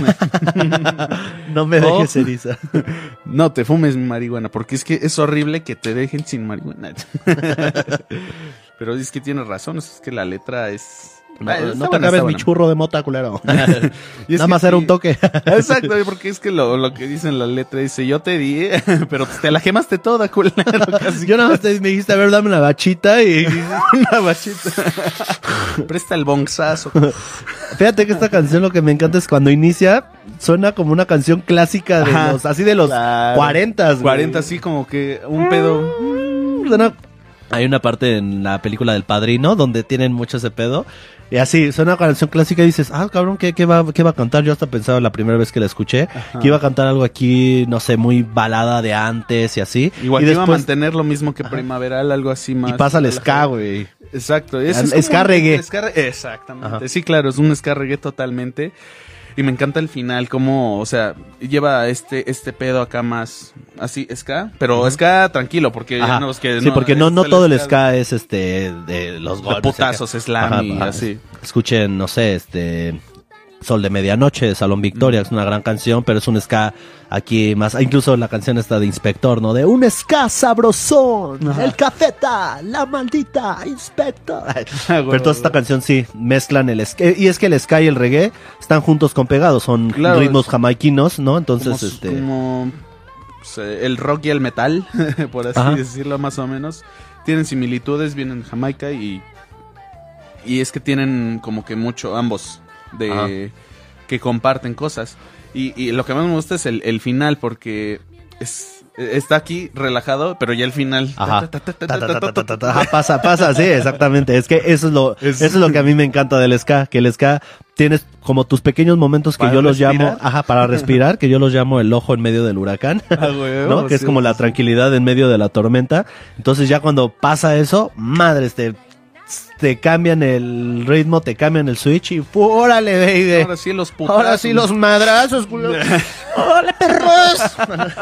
no me Oh. dejes eriza. No te fumes marihuana, porque es que es horrible que te dejen sin marihuana. Pero es que tienes razón, es que la letra es... No, Ah, está no te buena, acabes está mi buena. churro de mota, culero. Y es Nada que más era sí. un toque. Exacto, porque es que lo, lo que dice en la letra dice, yo te di, pero te la quemaste toda, culero. Casi. Yo nada más te, me dijiste, a ver, dame una bachita y... Una bachita. Presta el bonzazo. Fíjate que esta canción lo que me encanta es cuando inicia, suena como una canción clásica de Ajá. los, así de los Claro. cuarentas, güey. cuarenta, así como que un pedo. Suena- Hay una parte en la película del Padrino donde tienen mucho ese pedo. Y así, suena una canción clásica y dices, ah, cabrón, ¿qué, qué, va, ¿qué va a cantar? Yo hasta pensaba la primera vez que la escuché, que iba a cantar algo aquí, no sé, muy balada de antes y así. Igual y que iba a después, mantener lo mismo que primaveral, algo así más. y pasa el ska, relajado. güey. Exacto. Es, Al- es como ska un- reggae. ska re- Exactamente. Ajá. Sí, claro, es un ska reggae totalmente. Y me encanta el final, como, o sea, lleva este este pedo acá más así, ska, pero ska tranquilo, porque Ajá. no es que sí, porque no, es no todo el ska es este de los de golpes. putazos, slam Ajá, y ajá. así. Escuchen, no sé, este Sol de Medianoche de Salón Victoria, Mm. es una gran canción, pero es un ska aquí más, incluso la canción está de Inspector, ¿no? De un ska sabrosón, Ajá. el cafeta, la maldita Inspector. Pero Pero toda esta canción sí mezclan el ska, y es que el ska y el reggae están juntos con pegados, son Claro, ritmos es- jamaiquinos, ¿no? Entonces, como, este como, pues, eh, el rock y el metal, por así Ajá. decirlo más o menos, tienen similitudes, vienen de Jamaica y y es que tienen como que mucho ambos de Ajá. que comparten cosas y, y lo que más me gusta es el, el final porque es está aquí relajado, pero ya el final Ajá. ta, ta, ta, ta, Ta, ta, ta, ta, ta, ta, ta, ta, ta. Ajá, pasa, pasa, sí, exactamente. Es que eso es lo, Es- eso es lo que a mí me encanta del ska, que el ska tienes como tus pequeños momentos que Para yo los respirar. llamo, ajá, para respirar, que yo los llamo el ojo en medio del huracán, Ah, huevo, ¿no? Que es sí, como la sí. tranquilidad en medio de la tormenta. Entonces ya cuando pasa eso, madres, te, te cambian el ritmo, te cambian el switch y ¡fu- órale, baby. Ahora sí los putazos. Ahora sí los madrazos, culo. ¡Hola, perros!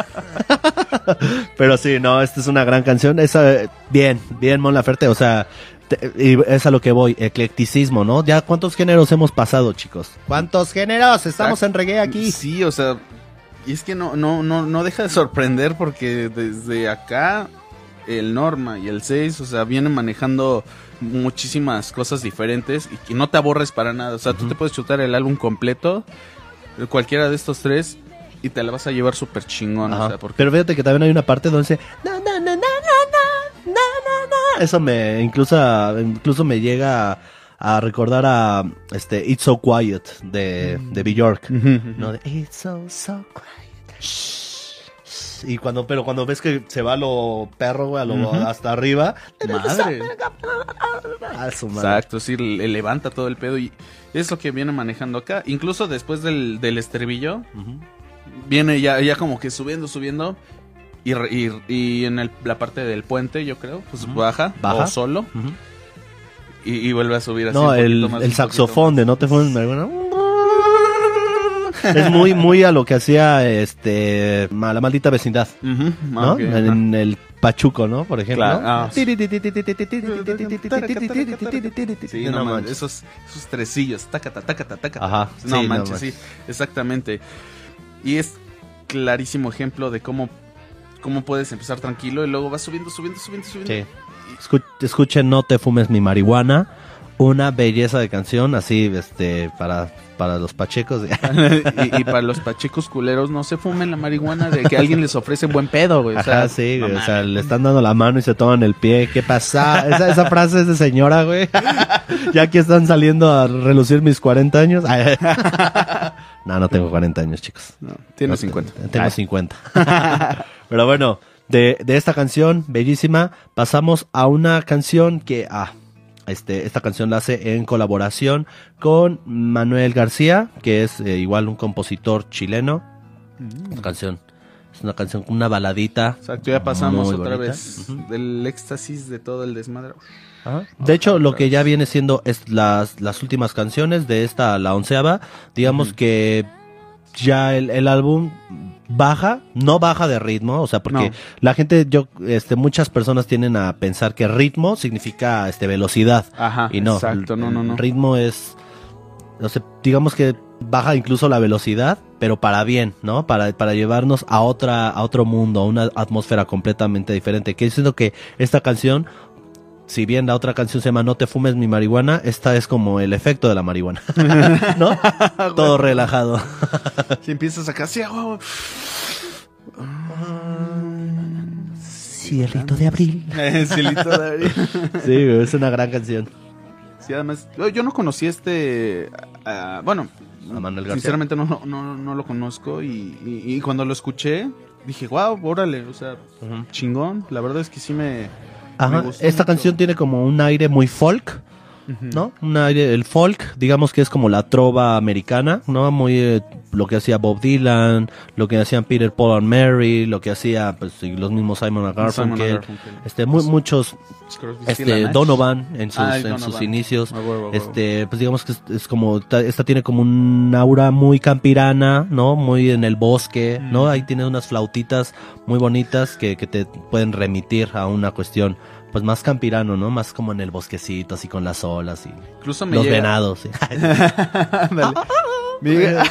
Pero sí, no, esta es una gran canción. Esa, eh, bien, bien, Mon Laferte. O sea, te- y es a lo que voy, eclecticismo, ¿no? Ya, ¿cuántos géneros hemos pasado, chicos? ¿Cuántos géneros? Estamos en reggae aquí. Sí, o sea, y es que no, no, no, no deja de sorprender porque desde acá el Norma y el seis, o sea, vienen manejando muchísimas cosas diferentes y que no te aborres para nada. O sea, tú te puedes chutar el álbum completo, de cualquiera de estos tres, y te la vas a llevar súper chingón. Ajá. O sea, porque Pero fíjate que también hay una parte donde dice na, na, na, na, na, na, na, na, na. Eso me incluso, incluso me llega a, a recordar a este It's So Quiet de, de Bjork. Ujú. No, de It's so, so quiet. Shh, shh. Y cuando, pero cuando ves que se va a lo perro, güey, a lo, Ujú. hasta arriba. Madre. A su madre. Exacto, sí, le levanta todo el pedo y es lo que viene manejando acá. Incluso después del, del estribillo, Ujú. viene ya, ya como que subiendo, subiendo. Y, re- y, y en el- la parte del puente, yo creo, pues Ujú. baja, Baja. o solo, Ujú. y, y vuelve a subir así. No, un poquito el, más, el un poquito saxofón más. de No te fumes marihuana. Es muy, muy a lo que hacía este ma- la maldita vecindad, Ujú, ¿no? ok, ajá. En el Pachuco, ¿no? Por ejemplo. Claro, ah, sí. Sí, No no, man, manches. esos, esos tresillos, tácata, tácata, tácata. Ajá, No sí, no manches, manches. sí, exactamente. Y es clarísimo ejemplo de cómo, cómo puedes empezar tranquilo y luego vas subiendo, subiendo, subiendo, subiendo. Sí. Escu- escuchen No te fumes mi marihuana, una belleza de canción, así, este, para, para los pachecos. y, y para los pachecos culeros, no se fumen la marihuana de que alguien les ofrece buen pedo, güey. O sea, Ajá, sí, no güey, o sea, mames. le están dando la mano y se toman el pie. ¿Qué pasa? Esa, esa frase es de señora, güey. Ya que están saliendo a relucir mis cuarenta años. Ay. No, no tengo cuarenta años, chicos. No, tiene No, cincuenta. Tengo Ay. cincuenta. Pero bueno, de, de esta canción bellísima, pasamos a una canción que, ah, este, esta canción la hace en colaboración con Manuel García, que es eh, igual un compositor chileno. Esta canción es una canción, una baladita. Exacto, ya pasamos muy otra bonita. vez Ujú. del éxtasis de todo el desmadre. Ajá. De hecho, lo que ya viene siendo es las, las últimas canciones de esta, la onceava, digamos Ujú. que ya el, el álbum baja, no baja de ritmo, o sea, porque No. la gente, yo, este, muchas personas tienden a pensar que ritmo significa, este, velocidad, Ajá, y no, exacto, el- no, no, no. el ritmo es, o sea, digamos que baja incluso la velocidad, pero para bien, ¿no? Para, para llevarnos a otra, a otro mundo, a una atmósfera completamente diferente. Que diciendo que esta canción, si bien la otra canción se llama No te fumes mi marihuana, esta es como el efecto de la marihuana, ¿no? Todo relajado. Si empiezas acá, sí, güey. Cielito de abril. Cielito de abril. Sí, güey, es una gran canción. Sí, además, yo, yo no conocí este, ah, bueno, A Manuel García. sinceramente no, no, no, no lo conozco y, y, y cuando lo escuché dije, wow, órale, o sea, Ujú. chingón, la verdad es que sí me, me Ajá, gustó esta mucho. canción tiene como un aire muy folk, Ujú. ¿no? Un aire, el folk, digamos que es como la trova americana, ¿no? Muy eh, lo que hacía Bob Dylan, lo que hacían Peter, Paul and Mary, lo que hacía pues y los mismos Simon and Simon Garfunkel, Garfunkel. este, mu- muchos, Crosby, Stills este, and Nash. Donovan en sus, Ah, en Donovan. sus inicios. Ah, huevo, huevo. Este, pues digamos que es, es como, ta- esta tiene como un aura muy campirana, ¿no? Muy en el bosque, ¿no? Mm. Ahí tiene unas flautitas muy bonitas que, que te pueden remitir a una cuestión, pues más campirano, ¿no? Más como en el bosquecito, así con las olas y Incluso me los llega, venados, sí. Ándale. me, llega,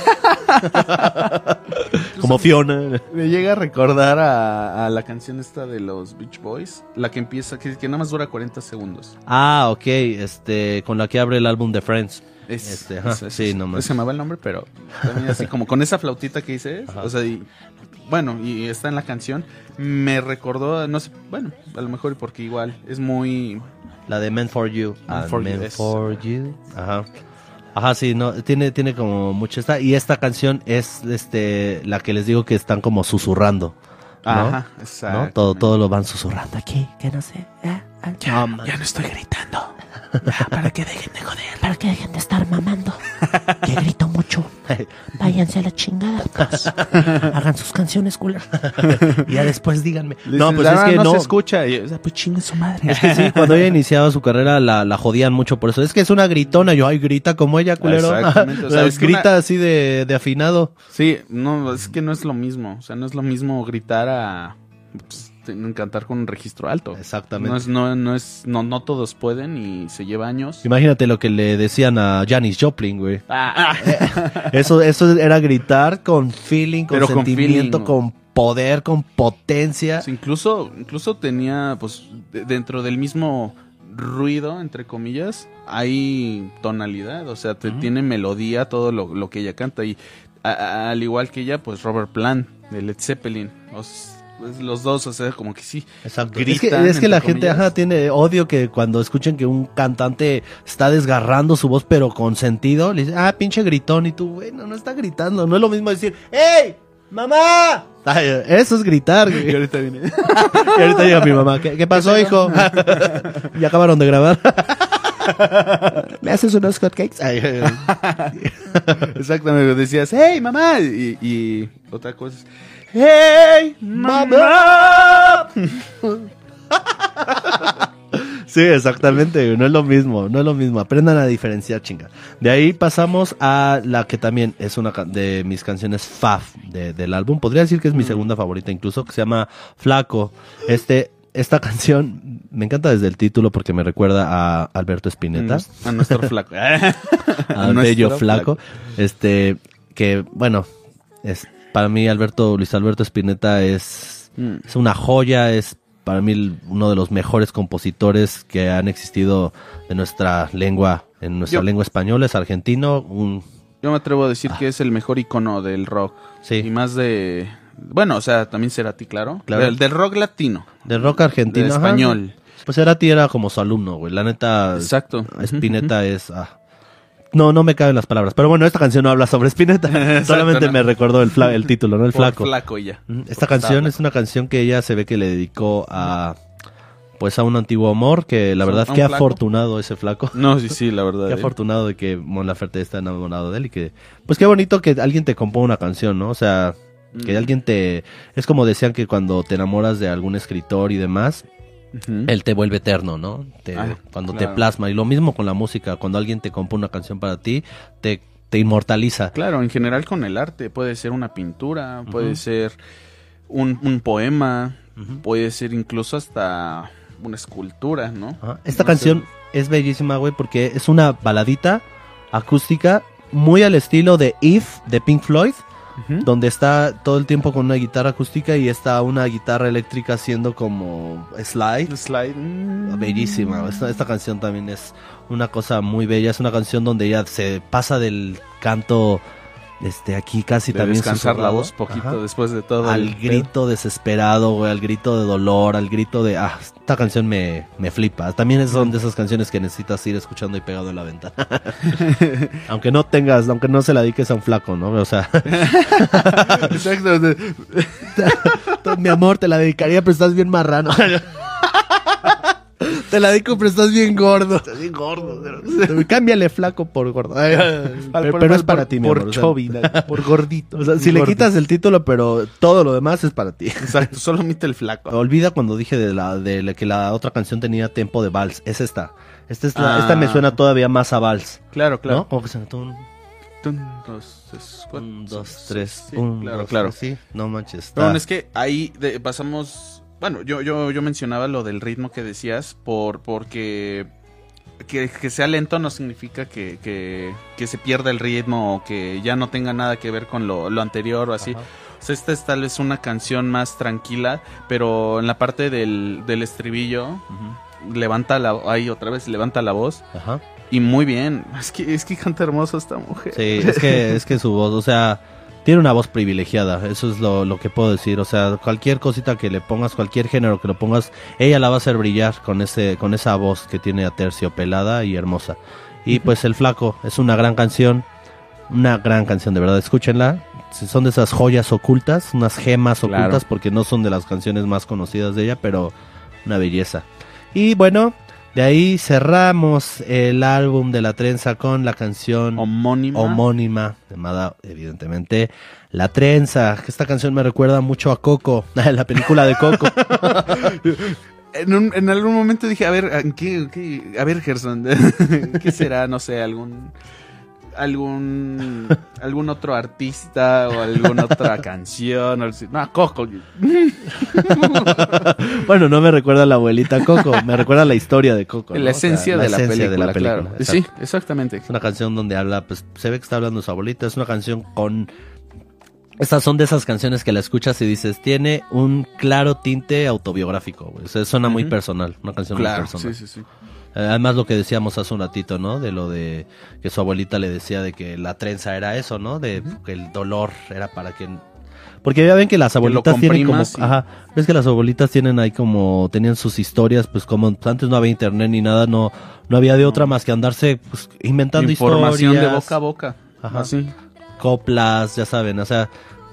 Como Fiona. me llega a recordar a, a la canción esta de los Beach Boys, la que empieza, que, que nada más dura cuarenta segundos. Ah, ok, este, con la que abre el álbum de Friends. Es, Este, ajá, es- es- sí, no más. Se me va el nombre, pero también así como con esa flautita que dices, Ajá. o sea, y, bueno, y está en la canción, me recordó, no sé, bueno, a lo mejor porque igual es muy... La de Men for You. Men Ah, for You, Men es- for You. Ajá. Ajá, sí, no, tiene, tiene como mucho esta, y esta canción es este la que les digo que están como susurrando. ¿no? Ajá, ¿No? exacto. Todo, todo lo van susurrando aquí, que no sé. eh, eh, Ya, no, man. ya no estoy gritando. Ya, para que dejen de joder. Para que dejen de estar mamando. Que grito mucho. Váyanse a la chingada. Hagan sus canciones, culero. Y ya después díganme. No, No, pues es que no, no. se escucha. Y, o sea, pues chingue su madre. Es que sí, cuando ella iniciaba su carrera la, la jodían mucho por eso. Es que es una gritona. Yo, ay, grita como ella, culero. Exactamente, o sea, es que grita una- así de, de afinado. Sí, no, es que no es lo mismo. O sea, no es lo mismo gritar a... Pues, cantar con un registro alto. Exactamente. No es, no, no es, no, no todos pueden y se lleva años. Imagínate lo que le decían a Janis Joplin, güey. Ah, Eso, eso era gritar con feeling, con Pero con sentimiento, feeling, con poder, con potencia. sí, incluso, incluso tenía, pues, de- dentro del mismo ruido, entre comillas, hay tonalidad, o sea, te, Ujú. tiene melodía todo lo, lo que ella canta y a- a- al igual que ella, pues Robert Plant de Led Zeppelin, os- pues, los dos, o sea, como que sí. Exacto. gritan, Es que, es que la entre gente comillas. ajá, tiene odio que cuando escuchen que un cantante está desgarrando su voz, pero con sentido, le dicen, ah, pinche gritón. Y tú, bueno, no está gritando. No es lo mismo decir, ¡Ey! ¡Mamá! Ay, eso es gritar, güey. Y ahorita viene. Y ahorita llega mi mamá. ¿Qué, qué pasó, hijo? Ya acabaron de grabar. ¿Me haces unos hotcakes? Ay, ay, ay. Exactamente, decías, hey, mamá. Y, y otra cosa es, hey, mamá. Sí, exactamente, güey, no es lo mismo, no es lo mismo. Aprendan a diferenciar, chinga. De ahí pasamos a la que también es una ca- de mis canciones fav de, del álbum. Podría decir que es mi segunda favorita incluso, que se llama Flaco. Este, esta canción me encanta desde el título porque me recuerda a Alberto Spinetta. A nuestro flaco. Al bello flaco. Este, que bueno, es para mí Alberto, Luis Alberto Spinetta es, Mm. es una joya, es para mí el- uno de los mejores compositores que han existido de nuestra lengua, en nuestra Yo- lengua española, es argentino, un Yo me atrevo a decir que es el mejor icono del rock. Sí. Y más de... Bueno, o sea, también Cerati, claro. Claro. Del, del rock latino. de rock argentino. De ajá. español. Pues Cerati era como su alumno, güey. La neta, Exacto. Spinetta es... ah. No, no me caben las palabras. Pero bueno, esta canción no habla sobre Spinetta. Solamente no. me recordó el, fla- el título, ¿no? El Por flaco. flaco y ya. Ujú. Esta canción es una canción que ella se ve que le dedicó a... Pues a un antiguo amor, que la ¿A un verdad, qué flaco? afortunado ese flaco. No, sí, sí, la verdad. Qué eh. afortunado de que Mon Laferte está enamorado de él y que... Pues qué bonito que alguien te componga una canción, ¿no? O sea, que Mm. alguien te... Es como decían que cuando te enamoras de algún escritor y demás, Ujú. él te vuelve eterno, ¿no? Te- Ah, cuando claro. te plasma. Y lo mismo con la música. Cuando alguien te compone una canción para ti, te, te inmortaliza. Claro, en general con el arte. Puede ser una pintura, puede Ujú. ser un, un poema, Ujú. puede ser incluso hasta una escultura, ¿no? Ajá. Esta No canción es bellísima, güey, porque es una baladita acústica muy al estilo de If de Pink Floyd, Ujú. donde está todo el tiempo con una guitarra acústica y está una guitarra eléctrica haciendo como slide. Slide. mm. Bellísima. Esta, esta canción también es una cosa muy bella. Es una canción donde ella se pasa del canto, este, aquí casi De también descansar la susurrado. voz poquito Ajá. después de todo. Al el pedo. grito desesperado, güey, al grito de dolor, al grito de... Ah, esta canción me, me flipa. También es- son de esas canciones que necesitas ir escuchando y pegado en la ventana. Aunque no tengas, aunque no se la dediques a un flaco, ¿no? O sea, Exacto. de- mi amor, te la dedicaría, pero estás bien marrano. Te la dedico, pero estás bien gordo. Estás bien gordo. Pero... Cámbiale flaco por gordo. Ay, pero, por- pero es por- para ti, mi por amor. o sea, chubby, por gordito. o sea, si le Gordo. quitas el título, pero todo lo demás es para ti. Exacto, solo omite el flaco. Olvida cuando dije de la de la- que la otra canción tenía tempo de vals. Es esta. Esta, es la- Ah. esta me suena todavía más a vals. Claro, claro. ¿No? Como que suena un, Un, dos, tres, cuatro, un, dos, cinco, tres. seis, sí, un, claro, dos, claro. tres, sí. No manches. Está... Pero bueno, es que ahí de- pasamos. Bueno, yo, yo, yo mencionaba lo del ritmo que decías, por porque que, que sea lento no significa que, que, que se pierda el ritmo o que ya no tenga nada que ver con lo, lo anterior o así. Ajá. O sea, esta es tal vez una canción más tranquila, pero en la parte del, del estribillo Ujú. levanta la ahí otra vez levanta la voz Ajá. y muy bien. Es que es que canta hermoso esta mujer. Sí, es que, es que su voz, o sea, tiene una voz privilegiada, eso es lo, lo que puedo decir, o sea, cualquier cosita que le pongas, cualquier género que lo pongas, ella la va a hacer brillar con ese, con esa voz que tiene aterciopelada y hermosa. Y pues El Flaco es una gran canción, una gran canción, de verdad, escúchenla. Son de esas joyas ocultas, unas gemas Claro. ocultas, porque no son de las canciones más conocidas de ella, pero una belleza. Y bueno, de ahí cerramos el álbum de La Trenza con la canción Homónima. homónima, llamada evidentemente La Trenza. Esta canción me recuerda mucho a Coco, la película de Coco. En, un- en algún momento dije, a ver, ¿en qué, qué- a ver, Gerson, ¿qué será? No sé, algún algún algún otro artista o alguna otra canción o algo así. No, Coco. Bueno, no me recuerda a la abuelita Coco, me recuerda a la historia de Coco, ¿no? La O sea, esencia, de, la esencia película, claro. exacto. Sí, exactamente. Es una canción donde habla, pues se ve que está hablando de su abuelita, es una canción con... Estas son de esas canciones que la escuchas y dices, tiene un claro tinte autobiográfico, güey. O sea, suena muy Ujú. personal, una canción Claro, muy personal. sí, sí, sí. Además lo que decíamos hace un ratito, ¿no? De lo de que su abuelita le decía de que la trenza era eso, ¿no? De que el dolor era para que... Porque ya ven que las lo abuelitas tienen como... comprimas y- Ajá, ves que las abuelitas tienen ahí como... Tenían sus historias, pues como antes no había internet ni nada, no no había de otra más que andarse pues, inventando Información historias. de boca a boca. Ajá. Así. Coplas, ya saben, o sea...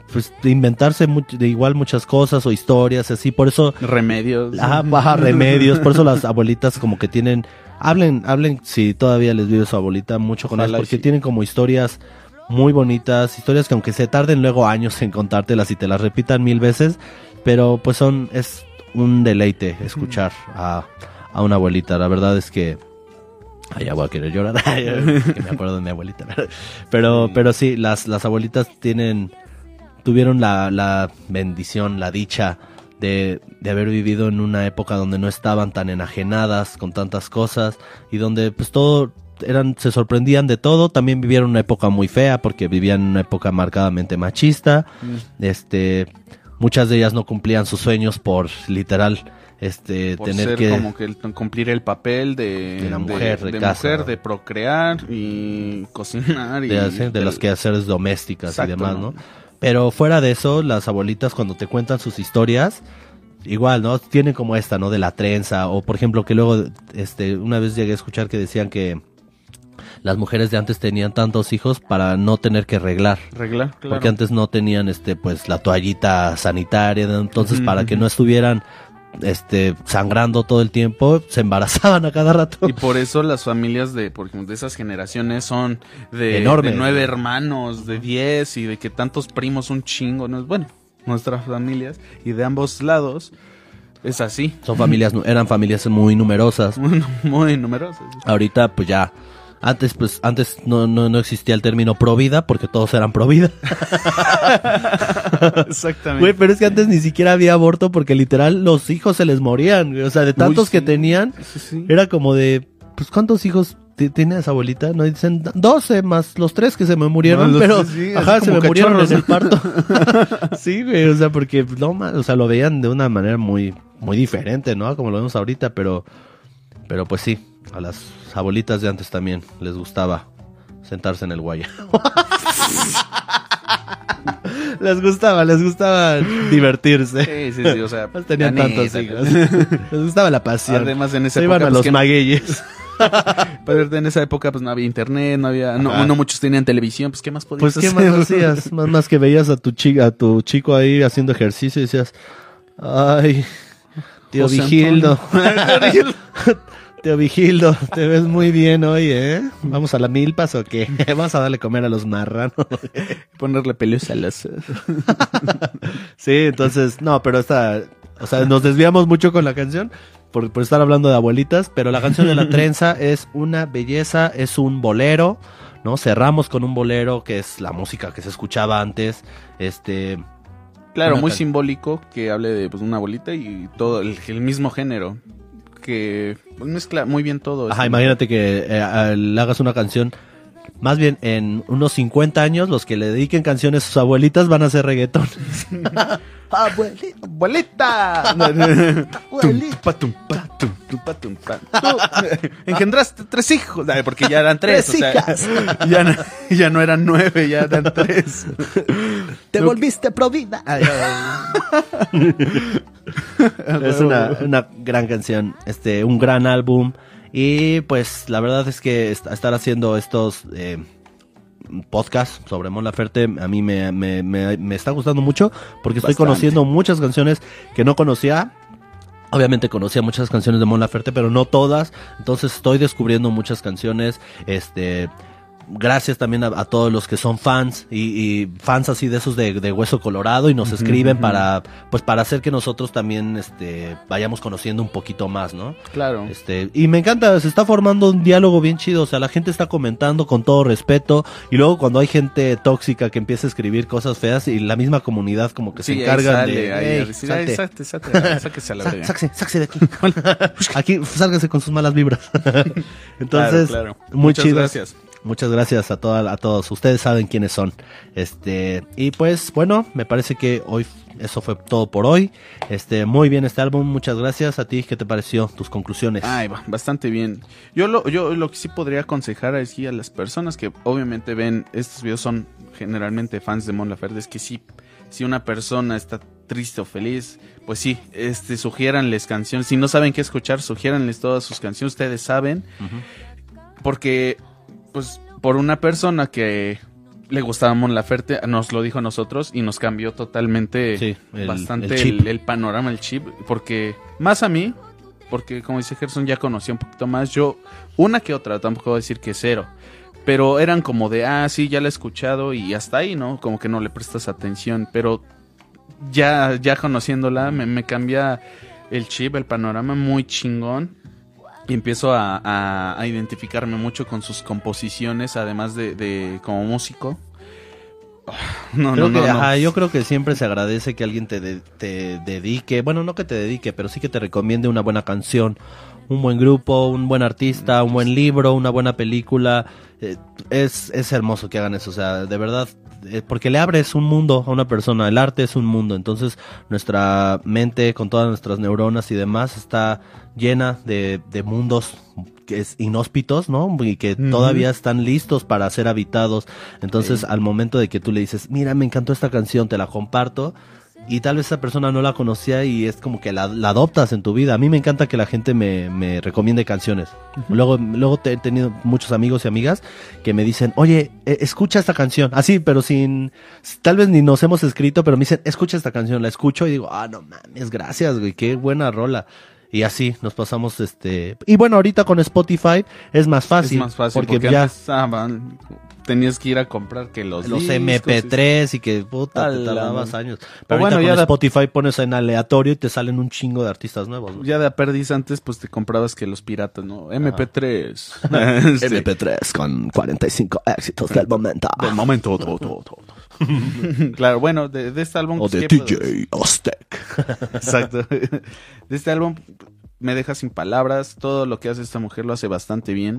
pues de inventarse much- de igual muchas cosas o historias así, por eso Remedios. ajá, baja remedios, por eso las abuelitas como que tienen, hablen, hablen si todavía les vive su abuelita mucho con ellas, Ojalá y porque sí. tienen como historias muy bonitas, historias que aunque se tarden luego años en contártelas y te las repitan mil veces, pero pues son, es un deleite escuchar a, a una abuelita, la verdad es que ay, ya voy a querer llorar, que me acuerdo de mi abuelita, pero, Sí. pero sí, las, las abuelitas tienen, tuvieron la, la bendición, la dicha de, de haber vivido en una época donde no estaban tan enajenadas con tantas cosas y donde pues todo eran, se sorprendían de todo. También vivieron una época muy fea porque vivían en una época marcadamente machista. Mm. Este, muchas de ellas no cumplían sus sueños por literal este Por tener ser que como que el- cumplir el papel de, de la mujer de de, casa. mujer, de procrear y cocinar y de, hacer- de del- los quehaceres domésticas Exacto, y demás, ¿no? ¿no? Pero fuera de eso, las abuelitas cuando te cuentan sus historias, igual, ¿no? Tienen como esta, ¿no? De la trenza, o por ejemplo que luego, este, una vez llegué a escuchar que decían que las mujeres de antes tenían tantos hijos para no tener que arreglar. Regla, claro. Porque antes no tenían, este, pues, la toallita sanitaria, ¿no? Entonces, Ujú, para que ujú. no estuvieran, este, sangrando todo el tiempo, se embarazaban a cada rato. Y por eso las familias de, por ejemplo, de esas generaciones son de, Enormes. de nueve hermanos, de diez y de que tantos primos un chingo, ¿no? Bueno, nuestras familias y de ambos lados es así, Son familias, nu- eran familias muy numerosas. muy, muy numerosas. Ahorita, pues ya, antes, pues, antes no, no, no existía el término provida, porque todos eran provida. Exactamente. Güey, pero es que antes ni siquiera había aborto porque literal los hijos se les morían, güey. O sea, de tantos Uy, sí. que tenían, Sí, sí. era como de, pues, ¿cuántos hijos t- tiene esa abuelita? No, dicen doce más los tres que se me murieron, No, los pero, tres, sí, así ajá, se como me murieron cachorros, en el ¿no? parto. Sí, güey, o sea, porque, no, ma- o sea, lo veían de una manera muy, muy diferente, ¿no? Como lo vemos ahorita, pero, pero pues sí, a las abuelitas de antes también les gustaba sentarse en el guaya. Les gustaba, les gustaba divertirse. Sí, sí, sí, o sea, No tenían la tantos neta. hijos. Les gustaba la pasión. Además, en esa Se iban época, a pues, los que- magueyes. Pero en esa época pues no había internet, no había, no, Ajá. no muchos tenían televisión, pues qué más podías Pues, ¿qué hacer? más hacías? Más, más que veías a tu, chica, a tu chico ahí haciendo ejercicio y decías, ay, tío José Vigildo. Antonio. Tío Vigildo, te ves muy bien hoy, ¿eh? ¿Vamos a la milpas o qué? Vamos a darle comer a los marranos. Ponerle pelos a las... Sí, entonces, no, pero esta, o sea, nos desviamos mucho con la canción por, por estar hablando de abuelitas, pero la canción de La Trenza es una belleza, es un bolero, ¿no? Cerramos con un bolero que es la música que se escuchaba antes, este... Claro, Una muy can- simbólico que hable de pues una bolita y todo el, el mismo género que pues, mezcla muy bien todo. Ajá, eso. imagínate que eh, a- le hagas una canción, más bien en unos cincuenta años, los que le dediquen canciones a sus abuelitas van a hacer reggaetón. Abuelita, ¡Abuelita! abuelita. Tum, pa, tum, tum, pa, tum, pa. Tú engendraste tres hijos. Ay, porque ya eran tres. Tres o sea, hijas. ya, no, ya no eran nueve, ya eran tres. Te Lo volviste provida. Es una, una gran canción, este, un gran álbum. Y pues la verdad es que est- estar haciendo estos eh, podcasts sobre Mon Laferte a mí me, me, me, me está gustando mucho porque estoy Bastante. conociendo muchas canciones que no conocía. Obviamente conocía muchas canciones de Mon Laferte, pero no todas. Entonces estoy descubriendo muchas canciones. Este, gracias también a, a todos los que son fans y, y fans así de esos de, de Hueso Colorado y nos Ujú, escriben ujú. para, pues para hacer que nosotros también, este, vayamos conociendo un poquito más, ¿no? Claro. Este, y me encanta, se está formando un diálogo bien chido, o sea, la gente está comentando con todo respeto, y luego cuando hay gente tóxica que empieza a escribir cosas feas, y la misma comunidad como que Sí, se ahí encargan sale, de, ahí "Ey, a decir, "Ay, salte, salte, salte, sáquese a la sa- verga". sáquese, sáquese de aquí, aquí, sálgase con sus malas vibras". Entonces, Claro, claro. muy Muchas chido. gracias. Muchas gracias a, toda, a todos. Ustedes saben quiénes son. Este, y pues, bueno, me parece que hoy eso fue todo por hoy. Este, muy bien este álbum. Muchas gracias a ti. ¿Qué te pareció? Tus conclusiones. Ay, va, bastante bien. Yo lo, yo lo que sí podría aconsejar es que a las personas que obviamente ven estos videos son generalmente fans de Mon Laferte, es que sí, si una persona está triste o feliz, pues sí, este, sugiéranles canciones. Si no saben qué escuchar, sugiéranles todas sus canciones. Ustedes saben. Ujú. Porque, pues, por una persona que le gustaba Mon Laferte, nos lo dijo a nosotros y nos cambió totalmente Sí, el- bastante el chip. el, el panorama, el chip, porque más a mí, porque como dice Gerson ya conocía un poquito más, yo una que otra, tampoco voy a decir que cero, pero eran como de, ah, sí, ya la he escuchado y hasta ahí, ¿no? Como que no le prestas atención, pero ya, ya conociéndola me, me cambia el chip, el panorama muy chingón. Y empiezo a, a, a identificarme mucho con sus composiciones, además de, de como músico. No, Creo no, que, no, no. ajá, yo creo que siempre se agradece que alguien te, de- te dedique, bueno, no que te dedique, pero sí que te recomiende una buena canción, un buen grupo, un buen artista, un buen libro, una buena película. Eh, es, es hermoso que hagan eso, o sea, de verdad, eh, porque le abres un mundo a una persona, el arte es un mundo, entonces nuestra mente con todas nuestras neuronas y demás está llena de, de mundos que es inhóspitos, ¿no? Y que Ujú. todavía están listos para ser habitados. Entonces, Sí. al momento de que tú le dices, mira, me encantó esta canción, te la comparto, y tal vez esa persona no la conocía y es como que la, la adoptas en tu vida. A mí me encanta que la gente me, me recomiende canciones. Luego, luego te- he tenido muchos amigos y amigas que me dicen, oye, eh, escucha esta canción. Así, pero sin, tal vez ni nos hemos escrito, pero me dicen, escucha esta canción. La escucho y digo, ah, no mames, gracias, güey, qué buena rola. Y así nos pasamos, este... Y bueno, ahorita con Spotify es más fácil. Es más fácil porque, porque, ya antes ah, van, tenías que ir a comprar que los, los discos, eme pe tres y que puta, A te la tardabas madre. años. Pero Pero bueno, ahorita ya con de- Spotify pones en aleatorio y te salen un chingo de artistas nuevos. güey. Ya de a perdiz antes, pues te comprabas que los piratas, ¿no? eme pe tres. Sí. eme pe tres con cuarenta y cinco éxitos del momento. Del momento, todo, todo, todo. Claro, bueno, de, de este álbum... O pues, de ¿qué D J Aztec. Exacto. De este álbum me deja sin palabras. Todo lo que hace esta mujer lo hace bastante bien.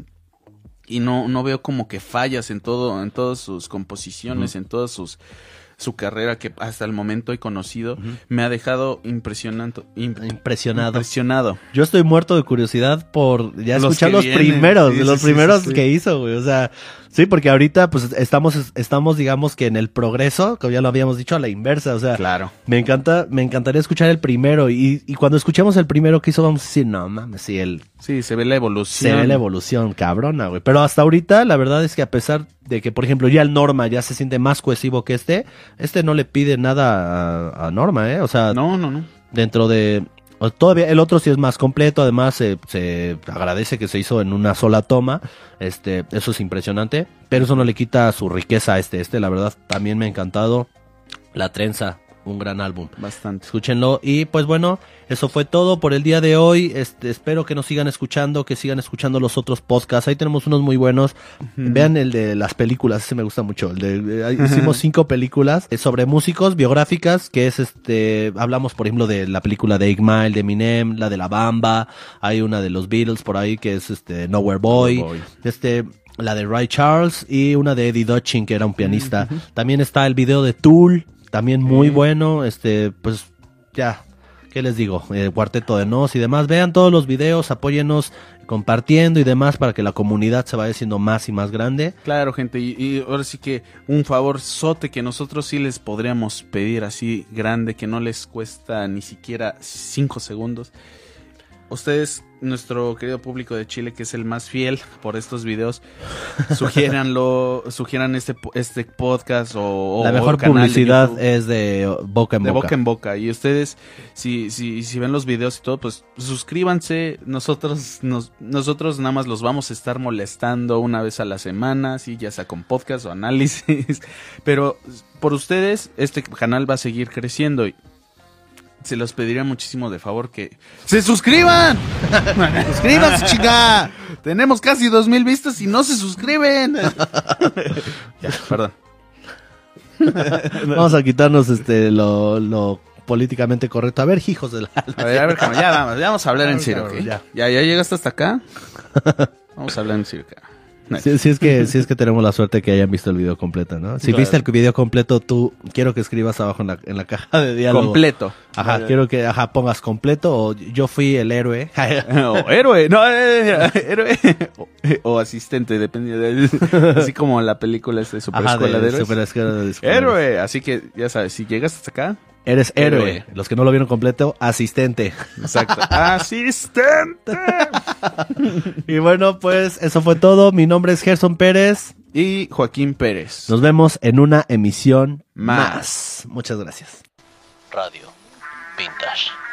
Y no, no veo como que fallas en todo, en todas sus composiciones, en todas sus su carrera que hasta el momento he conocido. Me ha dejado impresionante, imp- Impresionado. impresionado. Yo estoy muerto de curiosidad por ya Los escuchar que los vienen. primeros, Sí, de sí, los sí, primeros sí, sí. que hizo, güey. O sea, sí, porque ahorita pues estamos, estamos digamos que en el progreso, como ya lo habíamos dicho, a la inversa. O sea, Claro. me encanta, me encantaría escuchar el primero. Y, y cuando escuchemos el primero que hizo, vamos a decir, no mames, sí, el, Sí, se ve la evolución. se ve la evolución, cabrona, güey. Pero hasta ahorita, la verdad es que a pesar de que, por ejemplo, ya el Norma ya se siente más cohesivo que este, este no le pide nada a, a Norma, ¿eh? O sea, No, no, no. dentro de... o todavía el otro sí es más completo, además se, se agradece que se hizo en una sola toma, este, eso es impresionante, pero eso no le quita su riqueza a este, este la verdad también me ha encantado, La Trenza, un gran álbum. Bastante. Escúchenlo. Y pues bueno, eso fue todo por el día de hoy. Este, espero que nos sigan escuchando, que sigan escuchando los otros podcasts. Ahí tenemos unos muy buenos. Vean el de las películas, ese me gusta mucho. El de, ahí hicimos cinco películas eh, sobre músicos biográficas, que es este, hablamos por ejemplo de la película de Eight Mile, de Eminem, la de La Bamba, hay una de los Beatles por ahí que es este Nowhere Boy, Nowhere Boy. este la de Ray Charles y una de Eddie Dutchin, que era un pianista. También está el video de Tool, también muy bueno, este, pues ya, ¿qué les digo? El Cuarteto de Nos y demás. Vean todos los videos, apóyennos compartiendo y demás para que la comunidad se vaya haciendo más y más grande. Claro, gente, y, y ahora sí que un favor sote que nosotros sí les podríamos pedir así grande, que no les cuesta ni siquiera cinco segundos. Ustedes, nuestro querido público de Chile, que es el más fiel por estos videos, sugiéranlo, sugieran este, po- este podcast o, o La mejor o canal de publicidad YouTube. es de boca en De boca. boca en boca. Y ustedes, si, si, si ven los videos y todo, pues suscríbanse. Nosotros, nos, nosotros nada más los vamos a estar molestando una vez a la semana, sí, ya sea con podcast o análisis. Pero por ustedes, este canal va a seguir creciendo. Y se los pediría muchísimo de favor que ¡se suscriban! ¡Suscríbanse, chica! Tenemos casi dos mil vistas y no se suscriben. Ya, perdón. Vamos a quitarnos este lo, lo políticamente correcto. A ver, hijos de la... A ver, a ver, cabrón, ya vamos, ya vamos a hablar en serio, cabrón, ¿ok? ya. ya. ya, llegaste hasta acá. Vamos a hablar en serio, acá. Si, si es que, si es que tenemos la suerte que hayan visto el video completo, ¿no? Si Claro. viste el video completo, tú quiero que escribas abajo en la, en la caja de diálogo. Completo. Ajá, quiero que ajá, pongas completo o yo fui el héroe. O héroe, no, eh, héroe. O, o asistente, depende de. Así como la película esta de Super Ajá, Escuela de, de Héroes. Super Escuela de Superhéroes. Héroe. Así que ya sabes, si llegas hasta acá. Eres héroe. Héroe. Los que no lo vieron completo, asistente. Exacto. Asistente. Y bueno, pues eso fue todo. Mi nombre es Gerson Pérez. Y Joaquín Pérez. Nos vemos en una emisión Más. más. Muchas gracias. Radio Vintage.